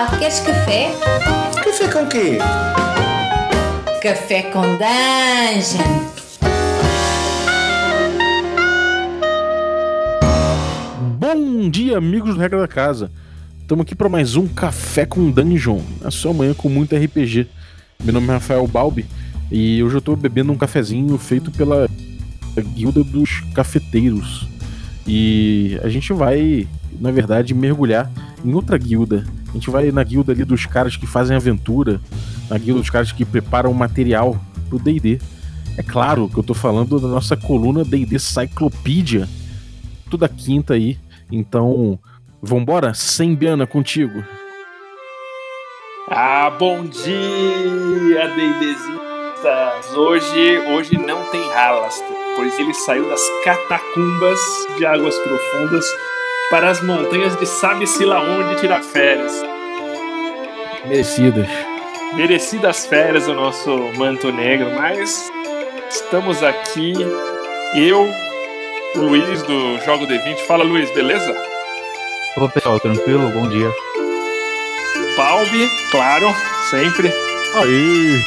Olá, queres café? Café com quê? Café com Dungeon. Bom dia, amigos do Regra da Casa. Estamos aqui para mais um Café com Dungeon, a sua manhã com muito RPG. Meu nome é Rafael Balbi e hoje eu estou bebendo um cafezinho feito pela Guilda dos Cafeteiros. E a gente vai, na verdade, mergulhar em outra guilda. A gente vai na guilda ali dos caras que fazem aventura, na guilda dos caras que preparam material pro D&D. É claro que eu tô falando da nossa coluna D&D Cyclopedia, toda quinta aí. Então, vambora? Sembiana contigo. Bom dia, D&Dzistas! Hoje não tem Halastr, pois ele saiu das catacumbas de águas profundas para as montanhas de sabe-se lá onde tirar férias. Merecidas férias do nosso manto negro, mas estamos aqui, eu, o Luiz do Jogo D20. Fala, Luiz, beleza? Opa, pessoal, tranquilo? Bom dia. Balbi, claro, sempre. Aí.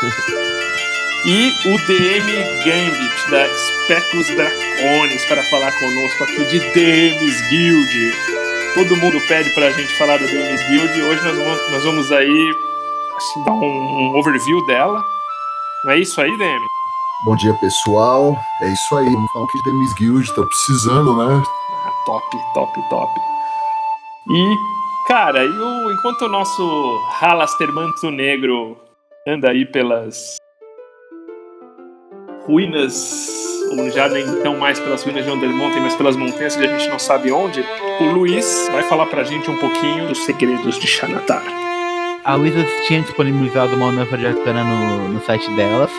E o DM Gambit, da Specus Draconis, para falar conosco aqui de DMs Guild. Todo mundo pede pra gente falar da DMs Guild. Hoje nós vamos aí assim, dar um overview dela. Não é isso aí, DM? Bom dia, pessoal. É isso aí. Vamos falar um pouquinho de Demis Guild. Tá precisando, né? Top. E, cara, enquanto o nosso Halastr Manto Negro anda aí pelas ruínas, ou já nem tão mais pelas ruínas de Undermountain, mas pelas montanhas que a gente não sabe onde, o Luiz vai falar pra gente um pouquinho dos segredos de Xanatar. A Wizards tinha disponibilizado uma nova de arcana no site dela,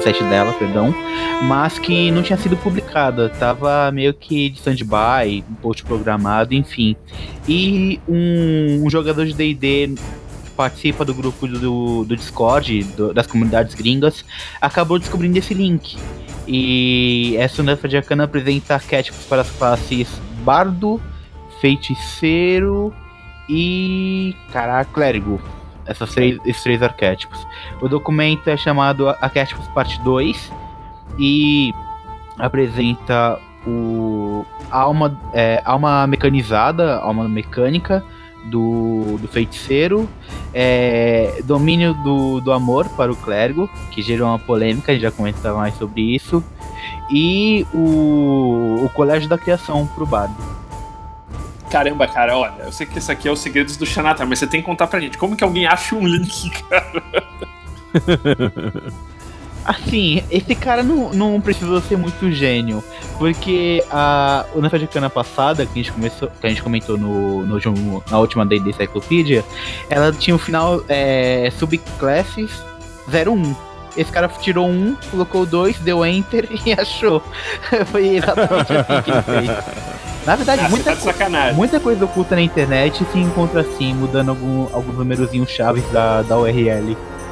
mas que não tinha sido publicada, tava meio que de stand-by, um post programado, enfim. E um jogador de D&D participa do grupo do Discord, das comunidades gringas, acabou descobrindo esse link. E essa Nova de Arcana apresenta arquétipos para as classes Feiticeiro e Clérigo. Esses três arquétipos. O documento é chamado Arquétipos Parte 2 e apresenta a alma mecanizada, a alma mecânica do feiticeiro, domínio do amor para o clérigo, que gerou uma polêmica, a gente já comenta mais sobre isso, e o colégio da criação para o bardo. Caramba, cara, olha, eu sei que esse aqui é os segredos do Xanatar, mas você tem que contar pra gente como que alguém acha um link, cara. Assim, esse cara não precisou ser muito gênio, porque o Nova de Arcana passada, que a gente comentou na última D&D Cyclopedia, ela tinha o final subclasses 01. Esse cara tirou 1, colocou 2, deu Enter e achou. Foi exatamente assim que ele fez. Na verdade, muita coisa oculta na internet se encontra assim, mudando alguns numerozinhos chaves da URL.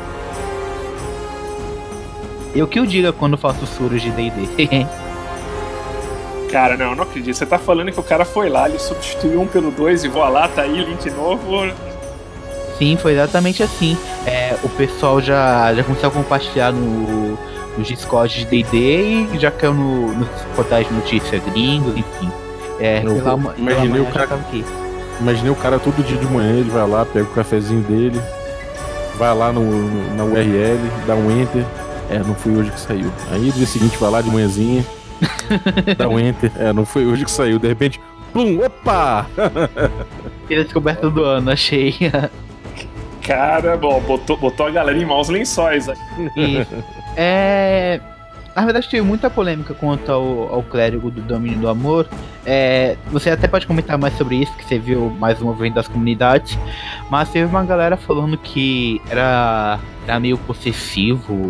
Eu que o diga quando faço suros de D&D. Cara, não acredito. Você tá falando que o cara foi lá, ele substituiu 1 pelo 2 e voa lá, tá aí, link novo. Sim, foi exatamente assim. O pessoal já começou a compartilhar no Discord de D&D e já caiu nos portais de notícia gringos, enfim. Imaginei o cara todo dia de manhã, ele vai lá, pega o cafezinho dele, vai lá na URL, dá um Enter. Não foi hoje que saiu. Aí no dia seguinte vai lá de manhãzinha, dá um Enter. Não foi hoje que saiu. De repente, plum, opa! E a descoberta do ano, achei. Cara, bom, botou a galera em maus lençóis. Na verdade, teve muita polêmica quanto ao clérigo do domínio do amor. Você até pode comentar mais sobre isso, que você viu mais uma vez das comunidades. Mas teve uma galera falando que era meio possessivo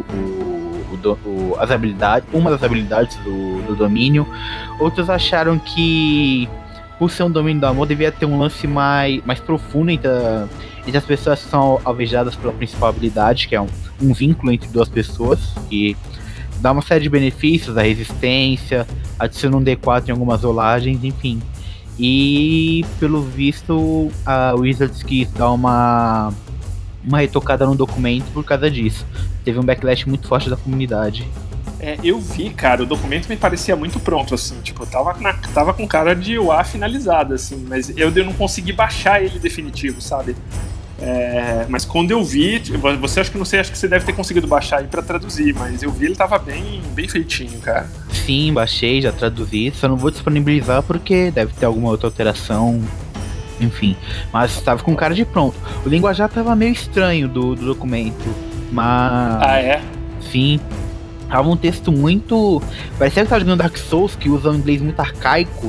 uma das habilidades do domínio. Outros acharam que, por ser um domínio do amor, devia ter um lance mais profundo entre as pessoas que são alvejadas pela principal habilidade, que é um vínculo entre duas pessoas, que dá uma série de benefícios, a resistência, adiciona um D4 em algumas rolagens, enfim. E pelo visto a Wizards quis dar uma retocada no documento por causa disso. Teve um backlash muito forte da comunidade. Eu vi, cara, o documento me parecia muito pronto, assim, tipo, tava com cara de UA finalizada, assim, mas eu não consegui baixar ele definitivo, sabe? Mas quando eu vi, você acha que você deve ter conseguido baixar aí pra traduzir, mas eu vi ele tava bem feitinho, cara. Sim, baixei, já traduzi, só não vou disponibilizar porque deve ter alguma outra alteração, enfim, mas tava com cara de pronto. O linguajar tava meio estranho do documento, mas... Ah, é? Sim. Tava um texto muito... Parecia que tava jogando Dark Souls, que usa um inglês muito arcaico.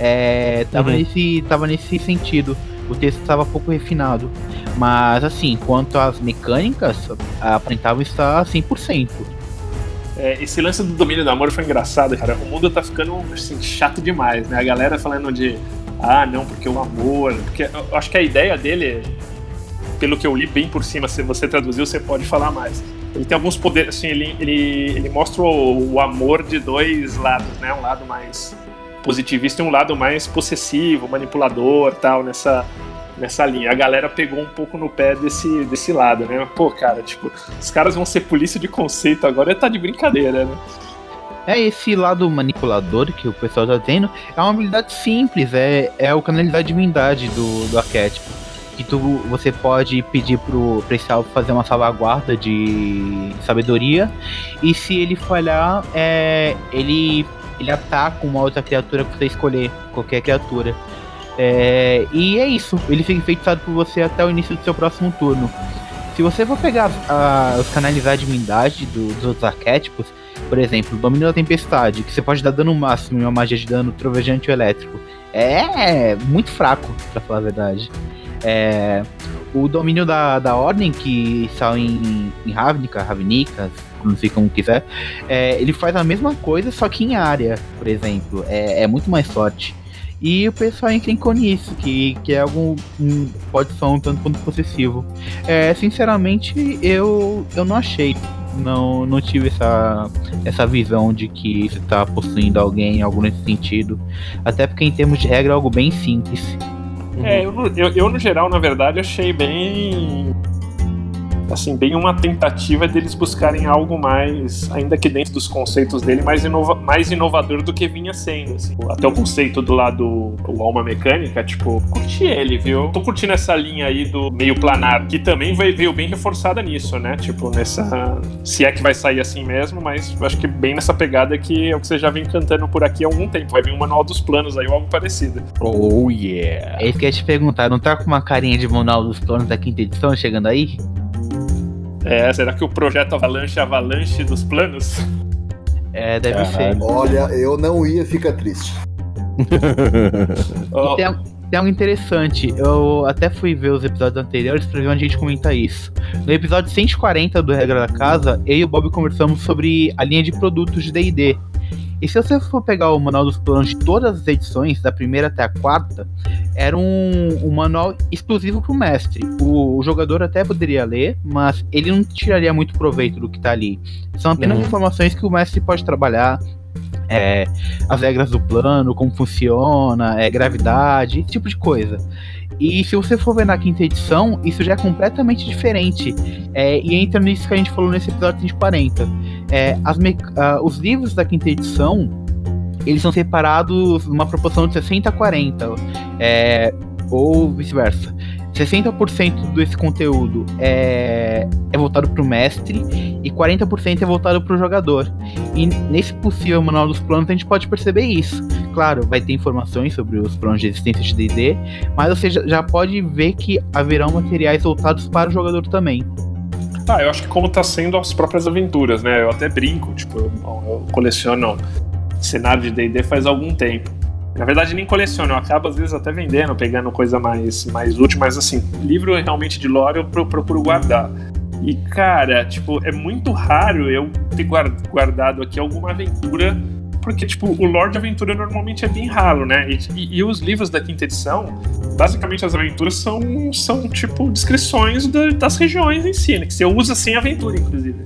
Tava nesse sentido. O texto tava pouco refinado. Mas, assim, quanto às mecânicas, aparentavam estar 100%. Esse lance do domínio do amor foi engraçado, cara. O mundo tá ficando, assim, chato demais, né? A galera falando de... Ah, não, porque o amor... Porque eu acho que a ideia dele, pelo que eu li bem por cima, se você traduziu, você pode falar mais. Ele tem alguns poderes, assim, ele mostra o amor de dois lados, né? Um lado mais positivista e um lado mais possessivo, manipulador, tal, nessa linha. A galera pegou um pouco no pé desse lado, né? Pô, cara, tipo, os caras vão ser polícia de conceito agora, tá de brincadeira, né? Esse lado manipulador que o pessoal tá tendo é uma habilidade simples, é o canalizar a divindade do arquétipo. Que você pode pedir pra esse alvo fazer uma salvaguarda de sabedoria, e se ele falhar, ele ataca uma outra criatura que você escolher, qualquer criatura. E é isso, ele fica enfeitiçado por você até o início do seu próximo turno. Se você for pegar os canalizar a divindade dos outros arquétipos, por exemplo, o Domínio da Tempestade, que você pode dar dano máximo em uma magia de dano trovejante ou elétrico, é muito fraco, pra falar a verdade. O domínio da Ordem, que saiu em Ravnica, não sei como quiser, ele faz a mesma coisa, só que em área, por exemplo. É muito mais forte. E o pessoal encrencou nisso, que é algo pode ser um tanto quanto possessivo. Sinceramente, eu não achei. Não tive essa visão de que você tá possuindo alguém, algo nesse sentido. Até porque, em termos de regra, é algo bem simples. Eu no geral, na verdade, achei bem uma tentativa deles buscarem algo mais, ainda que dentro dos conceitos dele, mais inovador do que vinha sendo, assim. Até o conceito do lado, o alma mecânica, tipo, curti ele, viu? Tô curtindo essa linha aí do meio planar, que também veio bem reforçada nisso, né? Tipo, se é que vai sair assim mesmo, mas eu acho que bem nessa pegada que é o que você já vem cantando por aqui há algum tempo. Vai vir um manual dos planos aí, ou algo parecido. Oh, yeah! É isso que eu ia te perguntar, não tá com uma carinha de manual dos planos da 5ª edição chegando aí? Será que o projeto Avalanche dos planos? Deve ser. Olha, eu não ia ficar triste. Tem algo interessante, eu até fui ver os episódios anteriores pra ver onde a gente comenta isso. No episódio 140 do Regra da Casa, eu e o Bob conversamos sobre a linha de produtos de D&D. E se você for pegar o manual dos planos de todas as edições, da primeira até a 4ª, era um manual exclusivo pro mestre. O jogador até poderia ler, mas ele não tiraria muito proveito do que tá ali. São apenas informações que o mestre pode trabalhar, as regras do plano, como funciona, gravidade, esse tipo de coisa. E se você for ver na 5ª edição, isso já é completamente diferente. E entra nisso que a gente falou nesse episódio 140. Os livros da 5ª edição, eles são separados numa proporção de 60-40, ou vice-versa. 60% desse conteúdo é voltado para o mestre e 40% é voltado para o jogador. E nesse possível manual dos planos a gente pode perceber isso. Claro, vai ter informações sobre os planos de existência de D&D, mas você já pode ver que haverão materiais voltados para o jogador também. Eu acho que como tá sendo as próprias aventuras, né? Eu até brinco, tipo, eu coleciono cenário de D&D faz algum tempo. Na verdade, nem coleciono, eu acabo às vezes até vendendo, pegando coisa mais útil, mas assim, livro realmente de lore eu procuro guardar. E cara, tipo, é muito raro eu ter guardado aqui alguma aventura, porque tipo, o lore de aventura normalmente é bem raro, né? E os livros da 5ª edição, basicamente as aventuras são tipo descrições das regiões em si, né? Que você usa sem aventura, inclusive.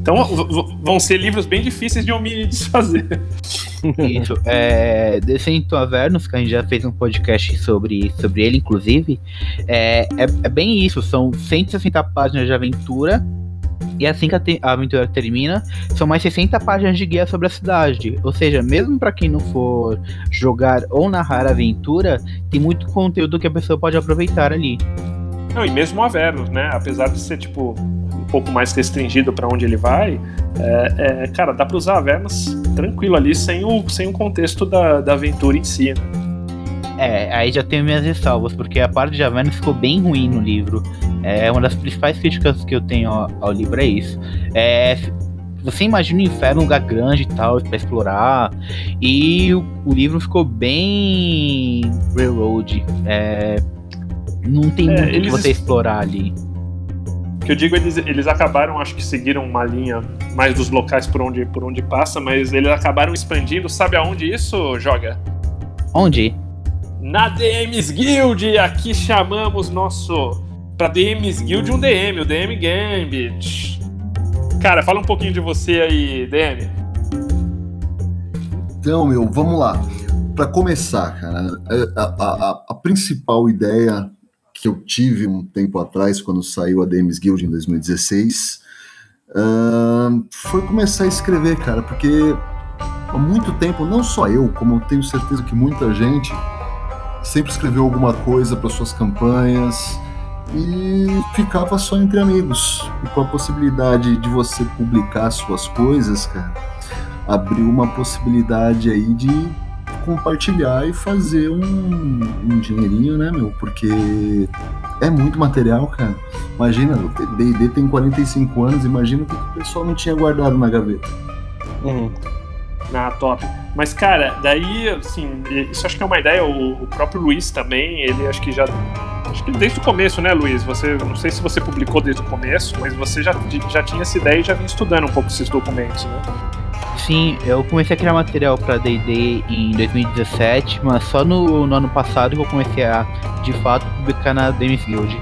Então vão ser livros bem difíceis de eu me desfazer. Isso. Descento Avernus, que a gente já fez um podcast sobre ele, inclusive. É bem isso. São 160 páginas de aventura. E assim que a aventura termina, são mais 60 páginas de guia sobre a cidade. Ou seja, mesmo pra quem não for jogar ou narrar a aventura, tem muito conteúdo que a pessoa pode aproveitar ali. Não, e mesmo o Avernus, né? Apesar de ser, tipo, um pouco mais restringido pra onde ele vai, cara, dá pra usar Avernus tranquilo ali, sem o contexto da aventura em si, né? Aí já tenho minhas ressalvas, porque a parte de Avernus ficou bem ruim no livro. Uma das principais críticas que eu tenho ao livro é isso. Você imagina o inferno, um lugar grande e tal, pra explorar, e o livro ficou bem railroad. Não tem muito que você explorar ali. Que eu digo, eles acabaram, acho que seguiram uma linha mais dos locais por onde passa, mas eles acabaram expandindo. Sabe aonde isso, Joga? Onde? Na DM's Guild. Aqui chamamos pra DM's Guild o DM Gambit. Cara, fala um pouquinho de você aí, DM. Então, vamos lá. Pra começar, cara, a principal ideia que eu tive um tempo atrás, quando saiu a DM's Guild em 2016, foi começar a escrever, cara, porque há muito tempo, não só eu, como eu tenho certeza que muita gente sempre escreveu alguma coisa para suas campanhas e ficava só entre amigos. E com a possibilidade de você publicar suas coisas, cara, abriu uma possibilidade aí de compartilhar e fazer um dinheirinho, né, Porque é muito material, cara. Imagina, o D&D tem 45 anos, imagina o que o pessoal não tinha guardado na gaveta. Top. Mas, cara, daí, assim, isso acho que é uma ideia, o próprio Luiz também, ele acho que desde o começo, né, Luiz? Não sei se você publicou desde o começo, mas você já tinha essa ideia e já vinha estudando um pouco esses documentos, né? Sim, eu comecei a criar material pra D&D em 2017, mas só no ano passado que eu comecei a, de fato, publicar na DM's Guild.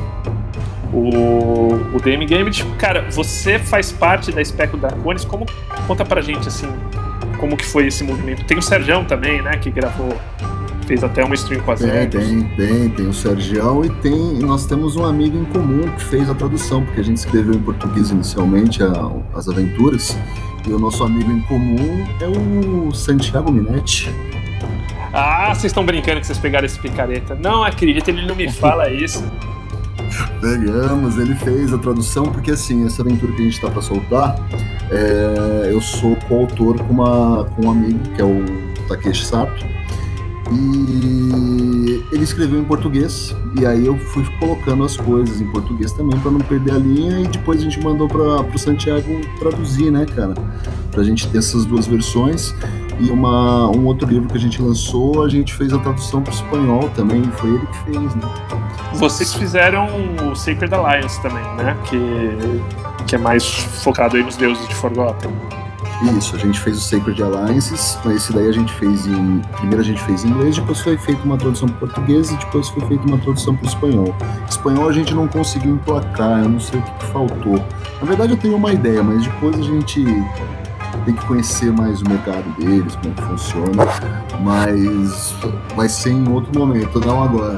O DM Gambit, cara, você faz parte da Speco Dracones, conta pra gente, assim, como que foi esse movimento? Tem o Sergião também, né, que fez até uma stream com a Zé. Tem o Sergião e nós temos um amigo em comum que fez a tradução, porque a gente escreveu em português inicialmente as aventuras. E o nosso amigo em comum é o Santiago Minetti. Vocês estão brincando que vocês pegaram esse picareta. Não acredito, ele não me fala isso. Pegamos, ele fez a tradução, porque assim, essa aventura que a gente tá pra soltar, eu sou coautor com um amigo, que é o Takeshi Sato, e ele escreveu em português, e aí eu fui colocando as coisas em português também pra não perder a linha, e depois a gente mandou pro Santiago traduzir, né, cara, pra gente ter essas duas versões. E um outro livro que a gente lançou, a gente fez a tradução pro espanhol também, foi ele que fez, né. Vocês fizeram o Sacred Alliance também, né, que é mais focado aí nos deuses de Forgotten. Isso, a gente fez o Sacred Alliances, esse daí primeiro a gente fez em inglês, depois foi feita uma tradução para português e depois foi feita uma tradução para o espanhol. Espanhol a gente não conseguiu emplacar, eu não sei o que faltou. Na verdade eu tenho uma ideia, mas depois a gente tem que conhecer mais o mercado deles, como é que funciona, mas vai ser em outro momento, não agora.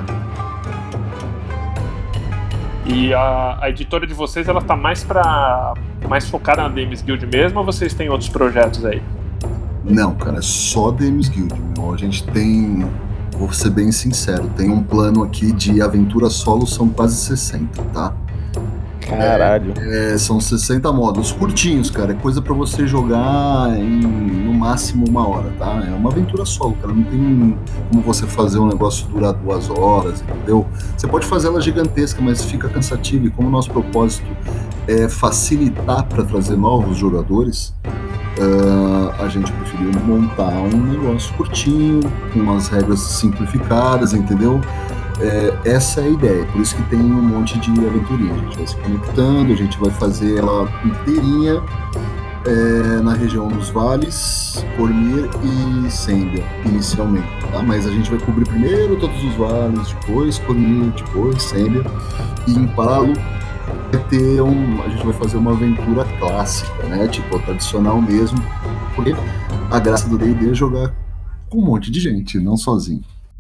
E a editora de vocês, ela tá mais focada na DM's Guild mesmo, ou vocês têm outros projetos aí? Não, cara, é só DM's Guild, A gente tem, vou ser bem sincero, tem um plano aqui de aventura solo, são quase 60, tá? Caralho. São 60 módulos curtinhos, cara. É coisa pra você jogar em no máximo 1 hora, tá? É uma aventura solo, cara. Não tem como você fazer um negócio durar 2 horas, entendeu? Você pode fazer ela gigantesca, mas fica cansativo. E como o nosso propósito é facilitar para trazer novos jogadores, a gente preferiu montar um negócio curtinho, com umas regras simplificadas, entendeu? Essa é a ideia, por isso que tem um monte de aventurinha. A gente vai se conectando, a gente vai fazer ela inteirinha na região dos vales, Cormir e Sembia, inicialmente, tá? Mas a gente vai cobrir primeiro todos os vales, depois Cormir, depois Sembia, e em paralelo a gente vai fazer uma aventura clássica, né? Tipo, tradicional mesmo, porque a graça do D&D é jogar com um monte de gente, não sozinho.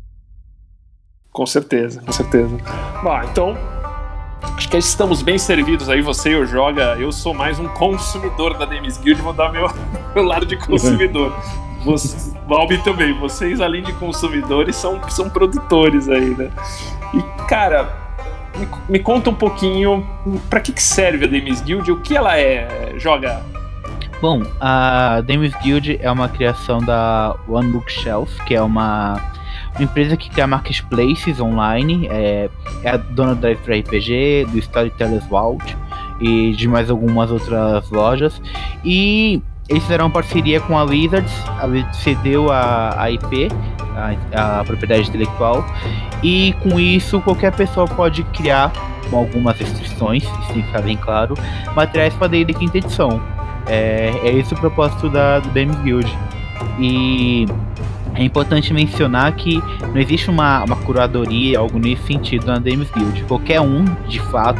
Com certeza, com certeza. Bom, então, acho que estamos bem servidos aí, você e o Joga. Eu sou mais um consumidor da DMs Guild, vou dar meu lado de consumidor. Balbi também, vocês além de consumidores são produtores aí, né? E, cara, me conta um pouquinho pra que serve a DMs Guild, o que ela é, Joga? Bom, a DMs Guild é uma criação da One Bookshelf, que é uma empresa que cria marketplaces online, é a dona da RPG, do Storytellers Vault e de mais algumas outras lojas. E eles fizeram parceria com a Wizards cedeu a IP, a propriedade intelectual, e com isso qualquer pessoa pode criar, com algumas restrições, isso tem que ficar bem claro, materiais para D&D quinta edição. É esse o propósito do DMs Guild. E é importante mencionar que não existe uma curadoria, algo nesse sentido na DMs Guild. Qualquer um, de fato,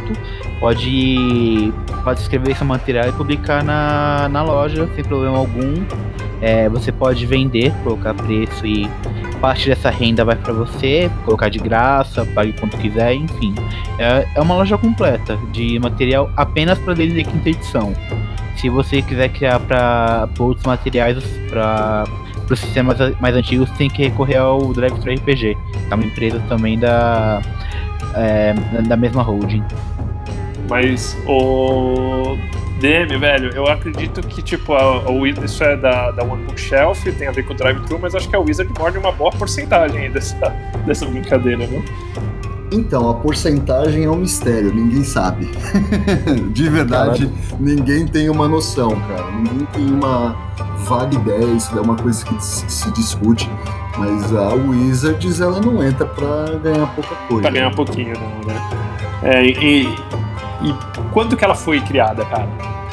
pode escrever esse material e publicar na loja sem problema algum. Você pode vender, colocar preço e parte dessa renda vai para você, colocar de graça, pague quanto quiser, enfim. É uma loja completa de material apenas para D&D quinta edição. Se você quiser criar para outros materiais, para os sistemas mais antigos, tem que recorrer ao Drive-Thru RPG, que é uma empresa também da mesma holding. Mas o DM, velho, eu acredito que tipo isso é da One Bookshelf, tem a ver com o Drive-Thru, mas acho que a Wizard morde uma boa porcentagem aí dessa brincadeira, né? Então, a porcentagem é um mistério, ninguém sabe. De verdade, ninguém tem uma noção, cara. Ninguém tem uma vaga ideia, isso é uma coisa que se discute. Mas a Wizards, ela não entra pra ganhar pouca coisa. Pra ganhar pouquinho, não, né? E quando que ela foi criada, cara?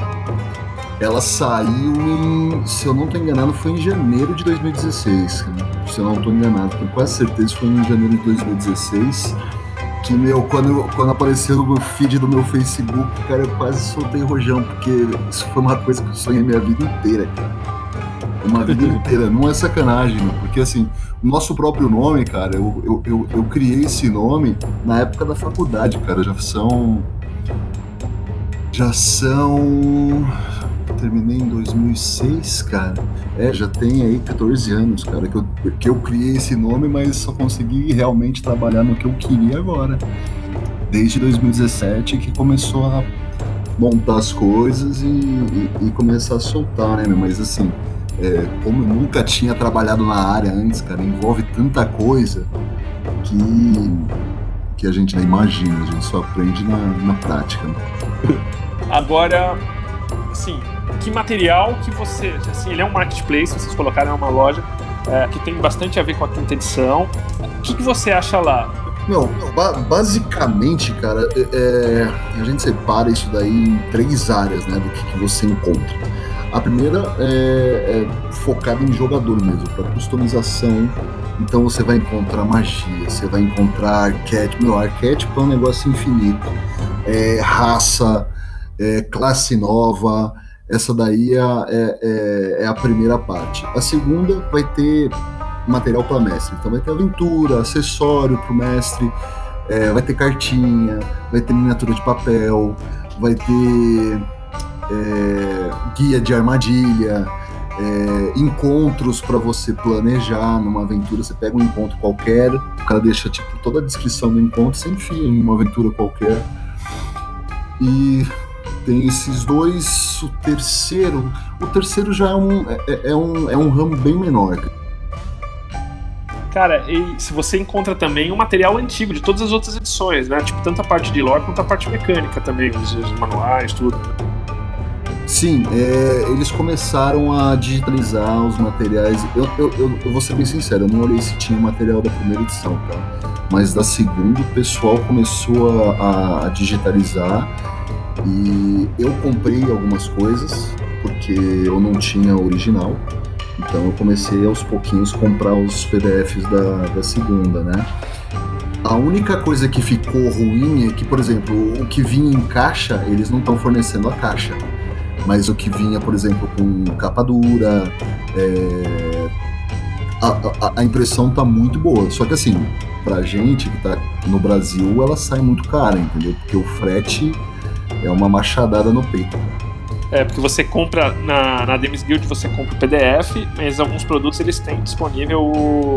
Ela saiu se eu não tô enganado, foi em janeiro de 2016. Cara. Se eu não tô enganado, tenho quase certeza que foi em janeiro de 2016. Que, quando apareceu no feed do meu Facebook, cara, eu quase soltei rojão, porque isso foi uma coisa que eu sonhei minha vida inteira, cara. Uma vida inteira, não é sacanagem, mano, porque assim, o nosso próprio nome, cara, eu criei esse nome na época da faculdade, cara, já são... Terminei em 2006, cara. Já tem aí 14 anos, cara, que eu criei esse nome, mas só consegui realmente trabalhar no que eu queria agora. Desde 2017 que começou a montar as coisas e começar a soltar, né? Mas assim, como eu nunca tinha trabalhado na área antes, cara, envolve tanta coisa que a gente não imagina, a gente só aprende na prática, né? Agora, assim, que material que você... Assim, ele é um marketplace, vocês colocaram em uma loja que tem bastante a ver com a quinta edição. O que você acha lá? Não, basicamente, cara, a gente separa isso daí em 3 áreas, né, do que você encontra. A primeira é focada em jogador mesmo, para customização. Então você vai encontrar magia, você vai encontrar arquétipo. Meu, arquétipo é um negócio infinito. Raça, classe nova. Essa daí é a primeira parte. A segunda vai ter material para mestre. Então vai ter aventura, acessório para o mestre, vai ter cartinha, vai ter miniatura de papel, vai ter guia de armadilha, encontros para você planejar numa aventura. Você pega um encontro qualquer, o cara deixa tipo toda a descrição do encontro, você enfia em uma aventura qualquer. E tem esses dois. O terceiro já é um ramo bem menor. Cara, e se você encontra também um material antigo de todas as outras edições, né? Tipo, tanto a parte de lore quanto a parte mecânica também, os manuais, tudo. Sim, eles começaram a digitalizar os materiais. Eu vou ser bem sincero, eu não olhei se tinha material da primeira edição, tá? Mas da segunda o pessoal começou a digitalizar. E eu comprei algumas coisas, porque eu não tinha original, então eu comecei aos pouquinhos a comprar os PDFs da segunda, né? A única coisa que ficou ruim é que, por exemplo, o que vinha em caixa, eles não estão fornecendo a caixa. Mas o que vinha, por exemplo, com capa dura, a impressão tá muito boa. Só que assim, pra gente que tá no Brasil, ela sai muito cara, entendeu? Porque o frete é uma machadada no peito. Porque você compra na Games Guild, você compra o PDF, mas alguns produtos eles têm disponível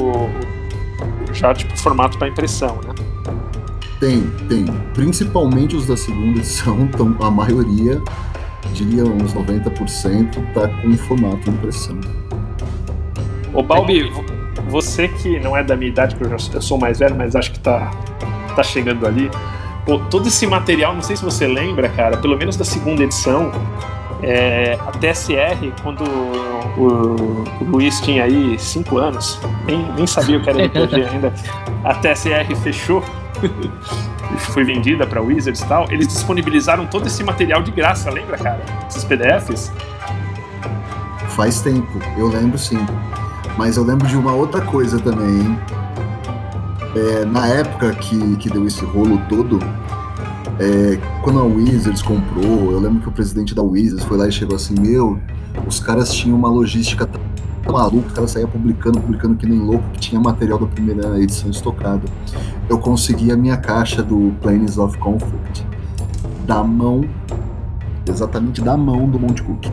já tipo formato para impressão, né? Tem. Principalmente os da segunda edição, então a maioria, diria uns 90%, tá com formato de impressão. Ô Balbi, você que não é da minha idade, porque eu sou mais velho, mas acho que tá chegando ali. Pô, todo esse material, não sei se você lembra, cara, pelo menos da segunda edição, a TSR, quando o Luiz tinha aí 5 anos, nem sabia o que era RPG ainda, a TSR fechou e foi vendida pra Wizards e tal, eles disponibilizaram todo esse material de graça, lembra, cara? Esses PDFs? Faz tempo, eu lembro sim. Mas eu lembro de uma outra coisa também, hein? Na época que deu esse rolo todo, quando a Wizards comprou, eu lembro que o presidente da Wizards foi lá e chegou assim, os caras tinham uma logística tão maluca, os caras saíam publicando que nem louco, que tinha material da primeira edição estocado. Eu consegui a minha caixa do Planes of Conflict exatamente da mão do Monte Cook.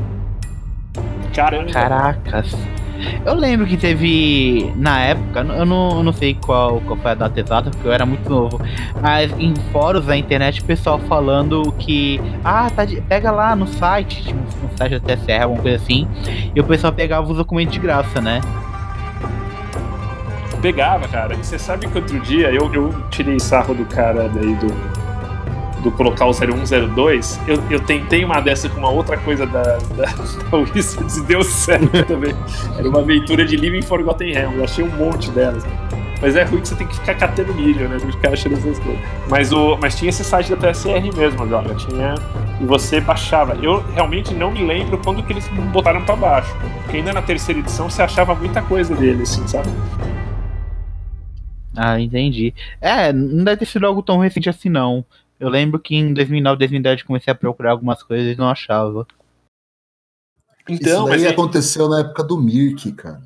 Caracas. Eu lembro que teve, na época, eu não sei qual foi a data exata, porque eu era muito novo, mas em fóruns da internet o pessoal falando que, pega lá no site, tipo, no site da TSR, alguma coisa assim, e o pessoal pegava os documentos de graça, né? Pegava, cara. E você sabe que outro dia eu tirei sarro do cara daí do colocar o 0102, eu tentei uma dessa com uma outra coisa da Wizards e deu certo também. Era uma aventura de Living Forgotten Realms, eu achei um monte delas. Mas é ruim que você tem que ficar catando milho, né? Ficar achando essas coisas. Mas tinha esse site da TSR mesmo, Joga. Tinha. E você baixava. Eu realmente não me lembro quando que eles botaram pra baixo. Porque ainda na terceira edição você achava muita coisa dele, assim, sabe? Ah, entendi. Não deve ter sido algo tão recente assim, não. Eu lembro que em 2009, 2010 comecei a procurar algumas coisas e não achava. Então, isso daí aconteceu na época do Mirk, cara.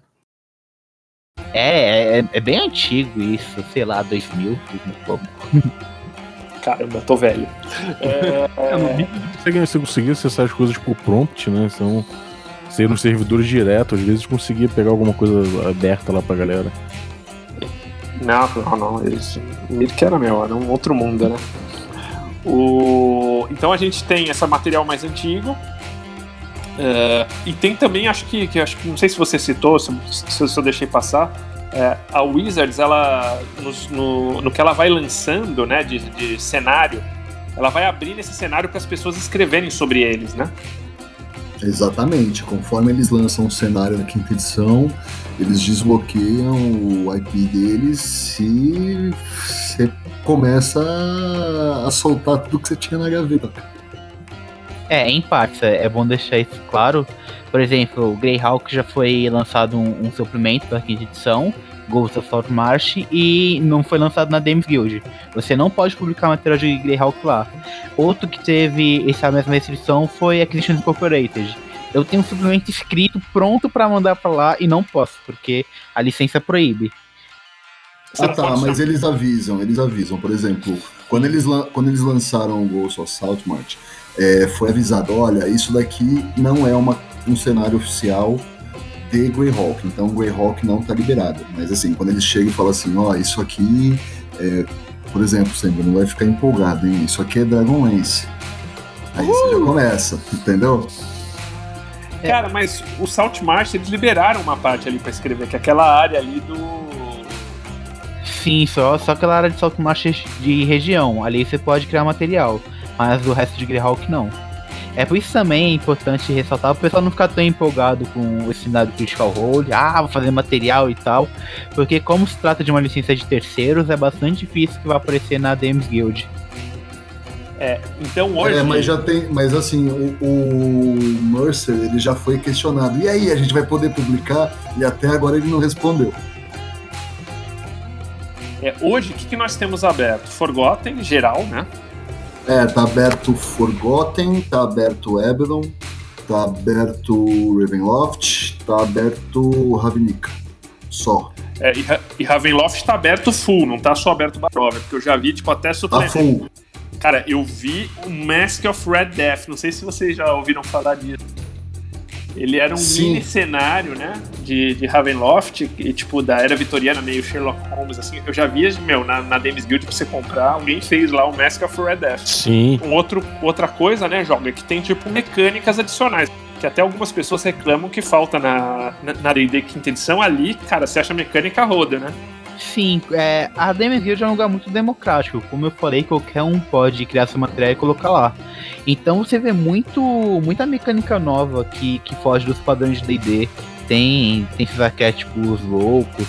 É bem antigo isso, sei lá, 2000 pouco. Caramba, tô velho. No Mirk você conseguia acessar as coisas por prompt, né? Então, você ia nos servidores direto, às vezes conseguia pegar alguma coisa aberta lá pra galera. Não. O Mirk era um outro mundo, né? Então a gente tem esse material mais antigo e tem também, acho que não sei se você citou, se eu deixei passar, a Wizards, ela no que ela vai lançando, né, de cenário, ela vai abrindo esse cenário para as pessoas escreverem sobre eles, né? Exatamente, conforme eles lançam um cenário na quinta edição, eles desbloqueiam o IP deles e você começa a soltar tudo que você tinha na gaveta. Em partes, é bom deixar isso claro. Por exemplo, o Greyhawk já foi lançado um suplemento para a quinta edição, Ghost of Saltmarsh, e não foi lançado na Games Guild. Você não pode publicar material de Greyhawk lá. Outro que teve essa mesma restrição foi Acquisition Incorporated. Eu tenho um suplemento escrito pronto para mandar para lá e não posso, porque a licença proíbe. Mas eles avisam. Por exemplo, quando eles lançaram o Ghost of Saltmarsh, foi avisado, olha, isso daqui não é um cenário oficial de Greyhawk, então o Greyhawk não tá liberado. Mas assim, quando eles chegam e falam assim, isso aqui, por exemplo, sempre não vai ficar empolgado, hein? Isso aqui é Dragonlance. Aí você já começa, entendeu? Cara, mas o Saltmarsh, eles liberaram uma parte ali pra escrever, que é aquela área ali do... Sim, só aquela área de Saltmarsh de região, ali você pode criar material, mas o resto de Greyhawk não. Por isso também é importante ressaltar, o pessoal não ficar tão empolgado com esse cenário Critical Role, vou fazer material e tal, porque como se trata de uma licença de terceiros, é bastante difícil que vai aparecer na Games Guild. Então hoje... mas assim, o Mercer, ele já foi questionado, e aí, a gente vai poder publicar? E até agora ele não respondeu. Hoje, o que nós temos aberto? Forgotten, geral, né? Tá aberto Forgotten, tá aberto Eberron, tá aberto Ravenloft, tá aberto Ravnica. Só. E Ravenloft tá aberto full, não tá só aberto Barovia, porque eu já vi, tipo, até suplemento. Tá full. Cara, eu vi o Mask of Red Death, não sei se vocês já ouviram falar disso. Ele era um mini cenário, né, de Ravenloft, e tipo, da era vitoriana, meio Sherlock Holmes, assim. Eu já vi, na Dames Guild pra você comprar, alguém fez lá o Mask of Red Death. Sim. Outra coisa, né, Joga, que tem, tipo, mecânicas adicionais, que até algumas pessoas reclamam que falta na D&D quinta edição. Ali, cara, você acha a mecânica roda, né? Sim, a Dames Guild é um lugar muito democrático. Como eu falei, qualquer um pode criar seu material e colocar lá. Então você vê muita mecânica nova que foge dos padrões de D&D. Tem esses arquétipos loucos,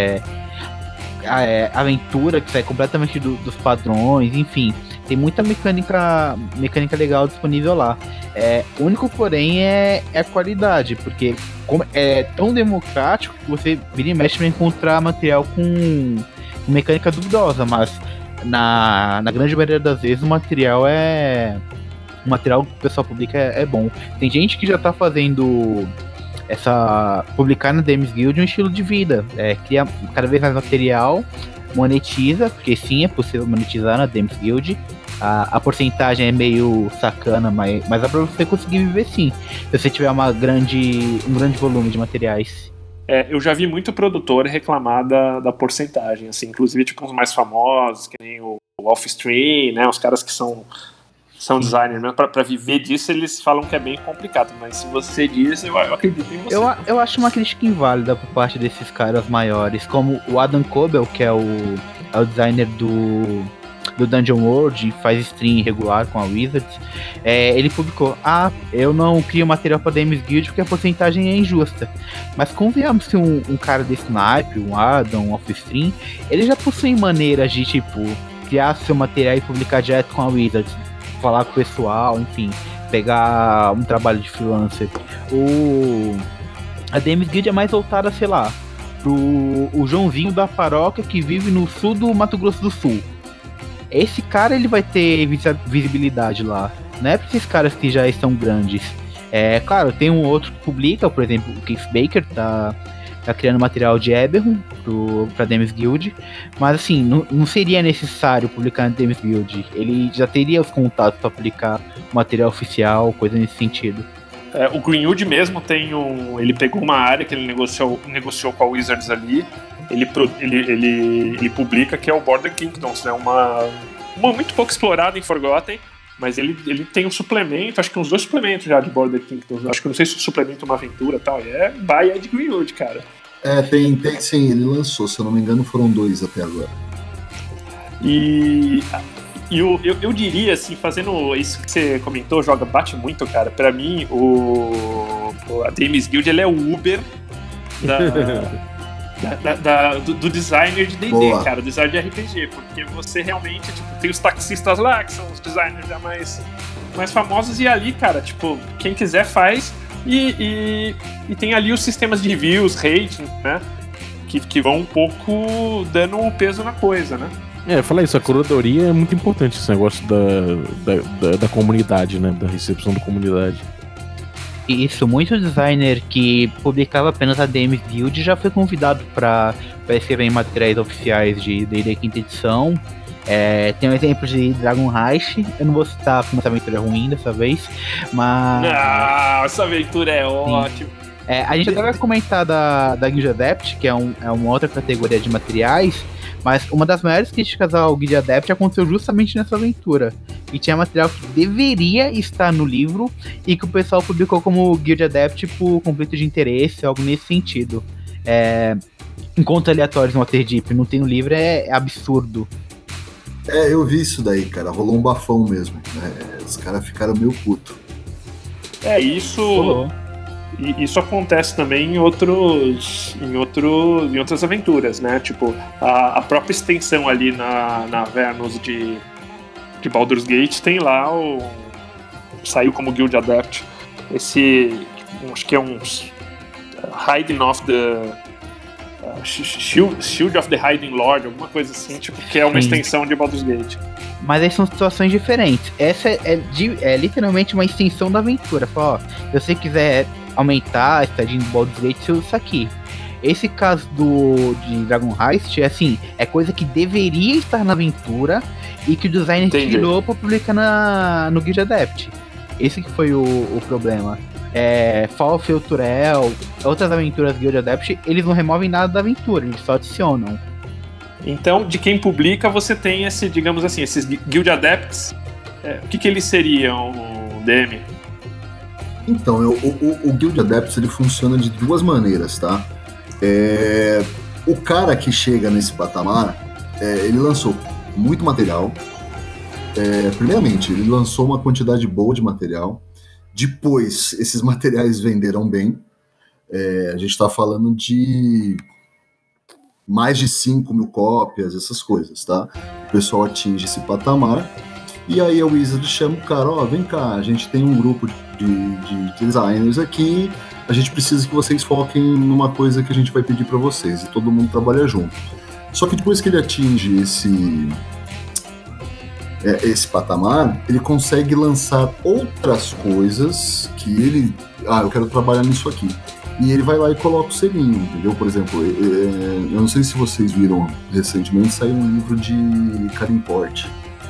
aventura que sai completamente dos padrões, enfim. Tem muita mecânica legal disponível lá. O único, porém, é a qualidade, porque como é tão democrático que você vira e mexe para encontrar material com mecânica duvidosa, mas na grande maioria das vezes o material que o pessoal publica é bom. Tem gente que já tá fazendo publicar na Dames Guild um estilo de vida, cria cada vez mais material, monetiza, porque sim, é possível monetizar na Dames Guild. A porcentagem é meio sacana, mas dá pra você conseguir viver sim, se você tiver um grande volume de materiais. Eu já vi muito produtor reclamar da porcentagem, assim, inclusive tipo uns mais famosos, que nem o Offstream, né, os caras que são designers, né, pra viver disso eles falam que é bem complicado, mas se você diz, eu acredito em você. Eu acho uma crítica inválida por parte desses caras maiores, como o Adam Koebel, que é o designer do Dungeon World e faz stream regular com a Wizards. Ele publicou: eu não crio material pra Dames Guild porque a porcentagem é injusta. Mas convenhamos que um cara desse naipe, um Adam, um Offstream, ele já possui maneiras de tipo criar seu material e publicar direto com a Wizards, falar com o pessoal, enfim, pegar um trabalho de freelancer. A Dames Guild é mais voltada, sei lá, o Joãozinho da paróquia que vive no sul do Mato Grosso do Sul. Esse cara, ele vai ter visibilidade lá. Não é pra esses caras que já estão grandes. Claro, tem um outro que publica, por exemplo, o Keith Baker tá criando material de Eberron pra Dames Guild. Mas assim, não seria necessário publicar na Dames Guild. Ele já teria os contatos pra publicar material oficial, coisa nesse sentido. O Greenwood mesmo ele pegou uma área que ele negociou com a Wizards ali. Ele publica, que é o Border Kingdoms, né? Uma muito pouco explorada em Forgotten, mas ele tem um suplemento, acho que uns 2 suplementos já de Border Kingdoms. Acho que não sei se o suplemento é uma aventura e tal. By Ed Greenwood, cara. Tem sim, ele lançou, se eu não me engano, foram 2 até agora. E eu diria, assim, fazendo isso que você comentou, bate muito, cara. Pra mim, a Dames Guild, ele é o Uber do designer de D&D, cara, o designer de RPG, porque você realmente, tipo, tem os taxistas lá, que são os designers já mais famosos, e ali, cara, tipo, quem quiser faz, e tem ali os sistemas de reviews, rating, né, que vão um pouco dando o peso na coisa, né. Falar isso, a curadoria é muito importante, esse negócio da comunidade, né, da recepção da comunidade. Isso, muito designer que publicava apenas a Dames Guild já foi convidado para escrever em materiais oficiais de D&D quinta edição. Tem um exemplo de Dragon Reich, eu não vou citar como essa aventura é ruim dessa vez, mas... Não, essa aventura é ótima. A gente até vai comentar da Guild Adept, que é uma outra categoria de materiais, mas uma das maiores críticas ao Guild Adept aconteceu justamente nessa aventura. E tinha material que deveria estar no livro e que o pessoal publicou como Guild Adept por conflito de interesse, algo nesse sentido. Encontros aleatórios no Waterdeep não tem no livro, é absurdo. Eu vi isso daí, cara. Rolou um bafão mesmo. Os caras ficaram meio putos. Isso acontece também em outras aventuras, né? Tipo, a própria extensão ali na Avernus de Baldur's Gate tem lá saiu como Guild Adept. Acho que é uns Hiding of Shield of the Hiding Lord, alguma coisa assim, tipo, que é uma Sim. extensão de Baldur's Gate. Mas aí são situações diferentes. Essa é literalmente uma extensão da aventura. Fala, ó, se você quiser aumentar a estadia em Baldur's Gate, você usa isso aqui. Esse caso de Dragon Heist é assim, é coisa que deveria estar na aventura e que o designer Entendi. tirou pra publicar no Guild Adept. Esse que foi o problema. Fall of Euturel, outras aventuras Guild Adept, eles não removem nada da aventura, eles só adicionam. Então, de quem publica, você tem esse, digamos assim, esses Guild Adepts. O que eles seriam, DM? Então, o Guild Adepts ele funciona de duas maneiras, tá? O cara que chega nesse patamar, ele lançou muito material. Primeiramente, ele lançou uma quantidade boa de material. Depois, esses materiais venderam bem. A gente está falando de mais de 5 mil cópias, essas coisas, tá? O pessoal atinge esse patamar. E aí a Wizard chama o cara, ó, vem cá, a gente tem um grupo de designers aqui, a gente precisa que vocês foquem numa coisa que a gente vai pedir para vocês, e todo mundo trabalha junto. Só que depois que ele atinge esse patamar, ele consegue lançar outras coisas que ele... eu quero trabalhar nisso aqui. E ele vai lá e coloca o selinho, entendeu? Por exemplo, eu não sei se vocês viram recentemente, saiu um livro de Karimport.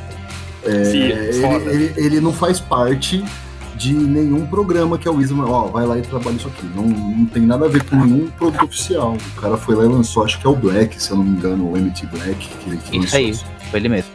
Ele não faz parte de nenhum programa que a Wizard, vai lá e trabalha isso aqui. Não tem nada a ver com nenhum produto oficial. O cara foi lá e lançou, acho que é o Black, se eu não me engano, o MT Black. Que Isso aí, foi ele mesmo.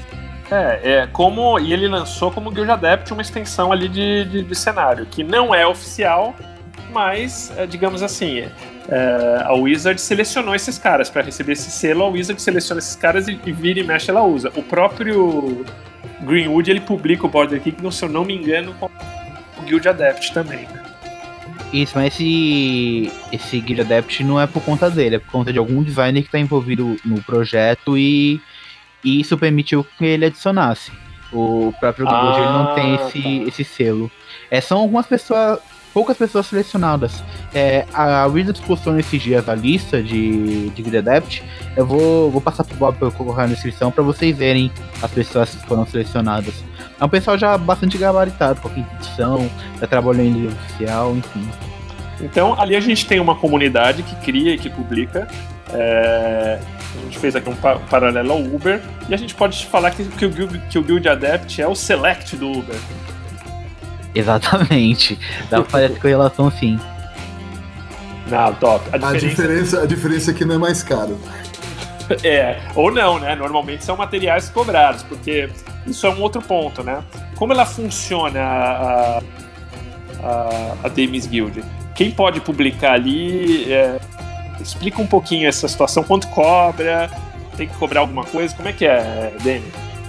E ele lançou como Guild Adept uma extensão ali de cenário, que não é oficial, mas, digamos assim, a Wizard selecionou esses caras para receber esse selo. A Wizard seleciona esses caras e vira e mexe, ela usa. O próprio Greenwood, ele publica o Border Kingdom, se eu não me engano, com o Guild Adept também. Isso, mas esse Guild Adept não é por conta dele, é por conta de algum designer que está envolvido no projeto e isso permitiu que ele adicionasse. O próprio Greenwood ele não tem esse selo. São algumas pessoas, poucas pessoas selecionadas. A Wizards postou nesses dias a lista de Guild Adept. Eu vou passar pro Bob para colocar na descrição para vocês verem as pessoas que foram selecionadas. É um pessoal já bastante gabaritado, com a quinta edição, já trabalhou em livro oficial, enfim. Então, ali a gente tem uma comunidade que cria e que publica. A gente fez aqui um paralelo ao Uber. E a gente pode falar que o Guild Adept é o Select do Uber. Exatamente. Dá pra fazer essa correlação, sim. Não, top. A diferença é que não é mais caro. Ou não, né? Normalmente são materiais cobrados, porque isso é um outro ponto, né? Como ela funciona a Daemons Guild? Quem pode publicar ali? Explica um pouquinho essa situação. Quanto cobra? Tem que cobrar alguma coisa? Como é que é, Demi?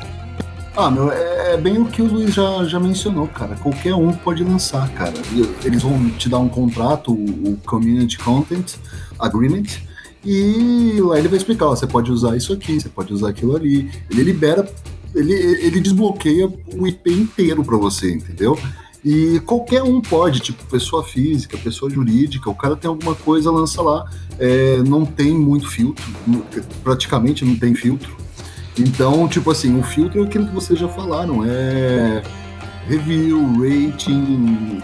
É bem o que o Luiz já mencionou, cara. Qualquer um pode lançar, cara. Eles vão te dar um contrato, o Community Content Agreement, e lá ele vai explicar, você pode usar isso aqui, você pode usar aquilo ali. Ele libera, ele desbloqueia o IP inteiro pra você, entendeu? E qualquer um pode, tipo, pessoa física, pessoa jurídica, o cara tem alguma coisa, lança lá. Não tem muito filtro, praticamente não tem filtro. Então, tipo assim, o filtro é aquilo que vocês já falaram, review, rating,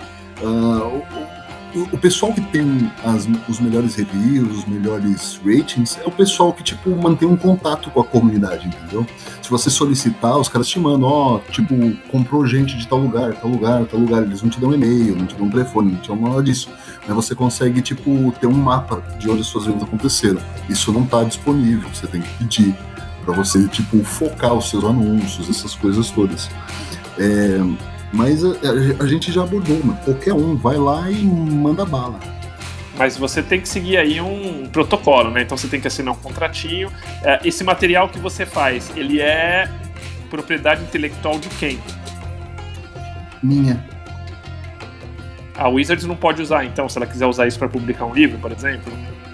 o pessoal que tem os melhores reviews, os melhores ratings, é o pessoal que, tipo, mantém um contato com a comunidade, entendeu? Se você solicitar, os caras te mandam, tipo, comprou gente de tal lugar, eles não te dão e-mail, não te dão telefone, não te dão nada disso, mas você consegue, tipo, ter um mapa de onde as suas vendas aconteceram. Isso não tá disponível, você tem que pedir para você, tipo, focar os seus anúncios, essas coisas todas. Mas a gente já abordou, mano. Qualquer um vai lá e manda bala. Mas você tem que seguir aí um protocolo, né? Então você tem que assinar um contratinho. Esse material que você faz, ele é propriedade intelectual de quem? Minha. A Wizards não pode usar, então, se ela quiser usar isso para publicar um livro, por exemplo?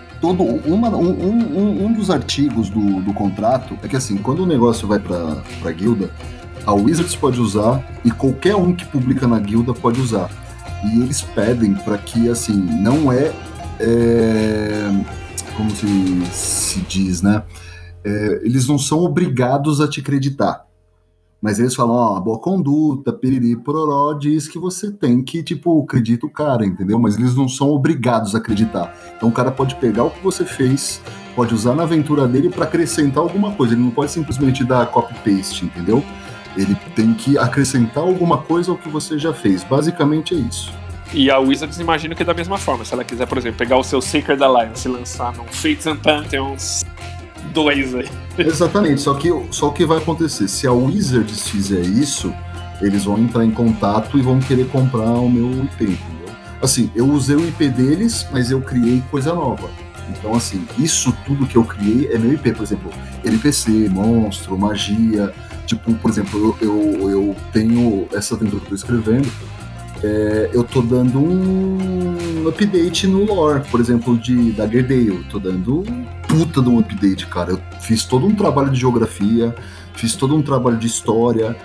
Um dos artigos do contrato é que, assim, quando o negócio vai pra guilda, a Wizards pode usar e qualquer um que publica na guilda pode usar. E eles pedem para que, assim, não como se diz, né? Eles não são obrigados a te acreditar. Mas eles falam, ó, boa conduta, piriri, pororó, diz que você tem que, tipo, acredita o cara, entendeu? Mas eles não são obrigados a acreditar. Então o cara pode pegar o que você fez, pode usar na aventura dele para acrescentar alguma coisa. Ele não pode simplesmente dar copy-paste, entendeu? Ele tem que acrescentar alguma coisa ao que você já fez. Basicamente é isso. E a Wizards imagino que da mesma forma. Se ela quiser, por exemplo, pegar o seu Sacred Alliance e lançar num Fates and Pantheons 2 aí. Exatamente, só que o que vai acontecer? Se a Wizards fizer isso, eles vão entrar em contato e vão querer comprar o meu IP, entendeu? Assim, eu usei o IP deles, mas eu criei coisa nova. Então, assim, isso tudo que eu criei é meu IP. Por exemplo, NPC, monstro, magia. Tipo, por exemplo, eu tenho essa aventura que eu tô escrevendo. Eu tô dando um update no lore, por exemplo, de Daggerdale. Eu tô dando um puta de um update, cara. Eu fiz todo um trabalho de geografia, fiz todo um trabalho de história.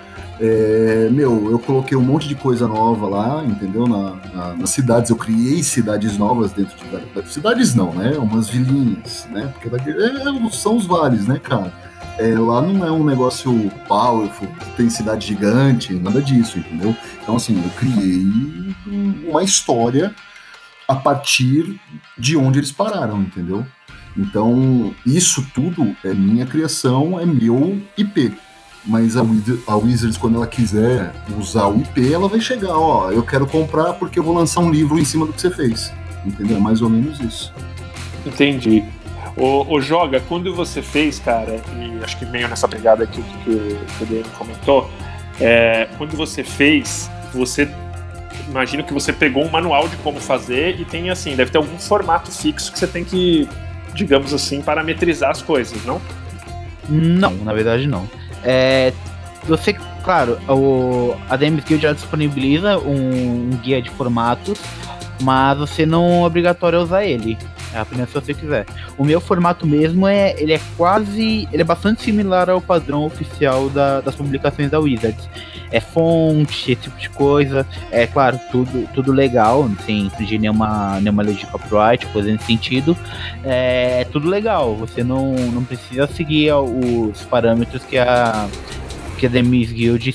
Eu coloquei um monte de coisa nova lá, entendeu? Nas cidades, eu criei cidades novas dentro de cidades não, né? Umas vilinhas, né? Porque são os vales, né, cara? Lá não é um negócio powerful, tem cidade gigante, nada disso, entendeu? Então, assim, eu criei uma história a partir de onde eles pararam, entendeu? Então, isso tudo é minha criação, é meu IP. Mas a Wizards, quando ela quiser usar o IP, ela vai chegar, ó, eu quero comprar porque eu vou lançar um livro em cima do que você fez. Entendeu? É mais ou menos isso. Entendi. O Joga, quando você fez, cara, e acho que meio nessa pegada que o DM comentou, quando você fez, imagino que você pegou um manual de como fazer e tem, assim, deve ter algum formato fixo que você tem que, digamos assim, parametrizar as coisas, não? Não, na verdade não. Você, claro, a DMs Guild já disponibiliza um guia de formatos, mas você não é obrigatório a usar ele. Apenas se você quiser. O meu formato mesmo ele é bastante similar ao padrão oficial das publicações da Wizards. É fonte, esse tipo de coisa. É claro, tudo legal, sem infringir nenhuma lei de copyright, coisa nesse sentido. É tudo legal. Você não precisa seguir os parâmetros que a DMs Guild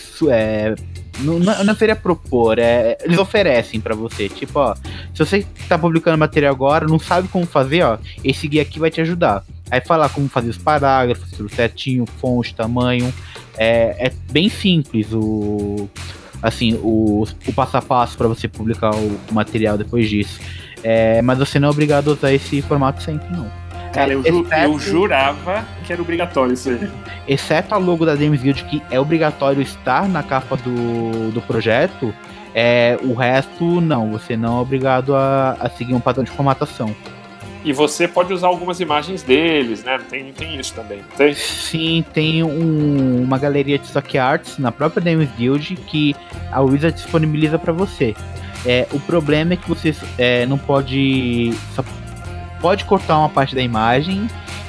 não seria propor, eles oferecem pra você, tipo, ó, se você tá publicando material agora, não sabe como fazer, ó, esse guia aqui vai te ajudar. Aí falar como fazer os parágrafos, tudo certinho, fonte, tamanho, é bem simples o passo a passo pra você publicar o material depois disso. Mas você não é obrigado a usar esse formato sempre, não. Cara, eu jurava que era obrigatório isso aí. Exceto a logo da DMs Guild, que é obrigatório estar na capa do projeto, o resto não, você não é obrigado a seguir um padrão de formatação. E você pode usar algumas imagens deles, né? Tem isso também, não tem? Sim, tem uma galeria de stock arts na própria DMs Guild que a Wizard disponibiliza para você. O problema é que você não pode... Pode cortar uma parte da imagem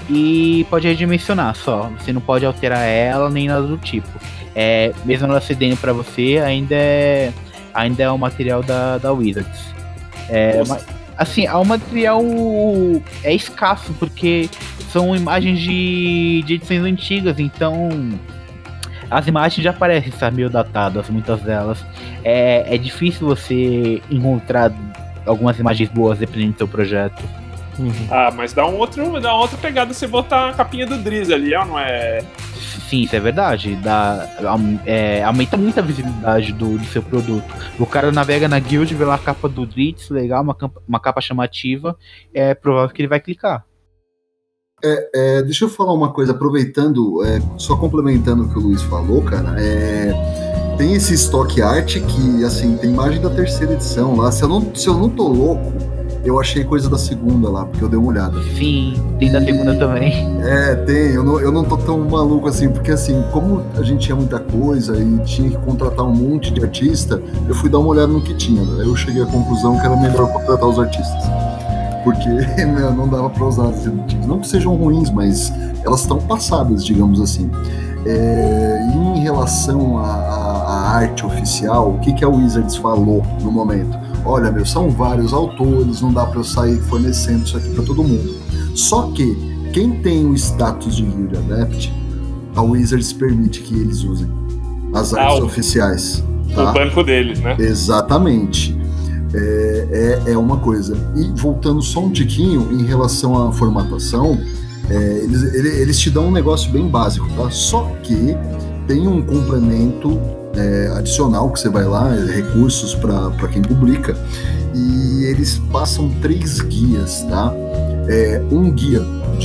e pode redimensionar só. Você não pode alterar ela nem nada do tipo. Mesmo ela cedendo para você, ainda é um material da Wizards. Mas, assim, o material é escasso porque são imagens de edições antigas, então as imagens já parecem estar meio datadas, muitas delas. É difícil você encontrar algumas imagens boas dependendo do seu projeto. Mas dá uma outra pegada você botar a capinha do Driz ali, não é? Sim, isso é verdade. Aumenta muito a visibilidade do seu produto. O cara navega na guild, vê lá a capa do Dritz, legal, uma capa chamativa, é provável que ele vai clicar. Deixa eu falar uma coisa, aproveitando, só complementando o que o Luiz falou, cara, tem esse stock art que, assim, tem imagem da terceira edição lá. Se eu não tô louco, eu achei coisa da segunda lá, porque eu dei uma olhada. Sim, tem da segunda também. Tem, eu não tô tão maluco assim, porque assim, como a gente tinha muita coisa e tinha que contratar um monte de artista, eu fui dar uma olhada no que tinha. Aí eu cheguei à conclusão que era melhor contratar os artistas. Porque não dava pra usar as antigas. Não que sejam ruins, mas elas estão passadas, digamos assim. Em relação à arte oficial, o que a Wizards falou no momento? Olha, são vários autores, não dá pra eu sair fornecendo isso aqui pra todo mundo. Só que quem tem o status de Guild Adept, a Wizards permite que eles usem as artes oficiais. Tá? O banco deles, né? Exatamente. É uma coisa. E voltando só um tiquinho em relação à formatação, eles te dão um negócio bem básico, tá? Só que tem um complemento adicional que você vai lá, recursos para quem publica, e eles passam 3 guias, tá? Um guia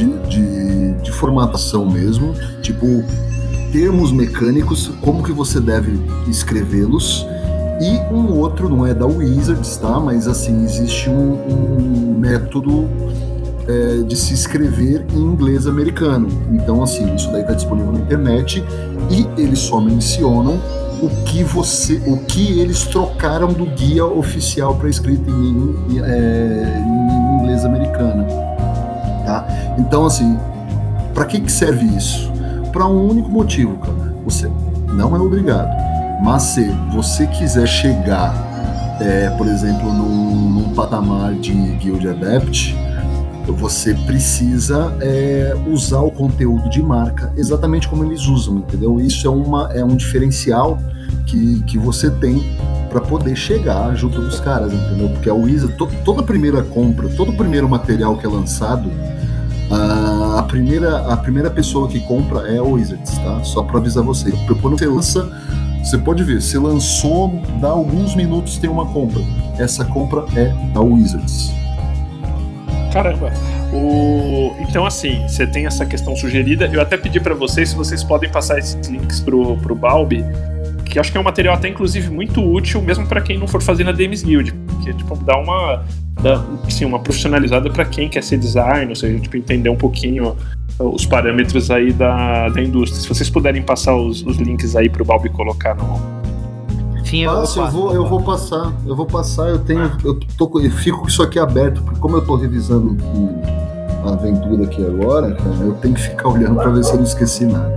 de formatação mesmo, tipo termos mecânicos, como que você deve escrevê-los, e um outro, não é da Wizards, tá? Mas assim, existe um método de se escrever em inglês americano. Então assim, isso daí está disponível na internet, e eles só mencionam o que eles trocaram do guia oficial para escrita em inglês americano, tá? Então assim, para que serve isso? Para um único motivo, cara. Você não é obrigado, mas se você quiser chegar, por exemplo, num patamar de Guild Adept, você precisa usar o conteúdo de marca exatamente como eles usam, entendeu? Isso é um diferencial que você tem para poder chegar junto dos caras, entendeu? Porque a Wizard, toda primeira compra, todo primeiro material que é lançado, a primeira pessoa que compra é a Wizards, tá? Só para avisar você. Porque quando você lança, você pode ver, você lançou, dá alguns minutos, tem uma compra. Essa compra é da Wizards. Caramba. Então, assim, você tem essa questão sugerida. Eu até pedi pra vocês se vocês podem passar esses links pro Balbi, que acho que é um material até, inclusive, muito útil, mesmo pra quem não for fazer na DMs Guild. Porque, tipo, dá uma profissionalizada pra quem quer ser designer, ou seja, tipo, entender um pouquinho os parâmetros aí da indústria. Se vocês puderem passar os links aí pro Balbi colocar no... Sim, eu vou passar. Eu fico com isso aqui aberto, porque como eu tô revisando a aventura aqui agora, cara, eu tenho que ficar olhando pra ver se eu não esqueci nada.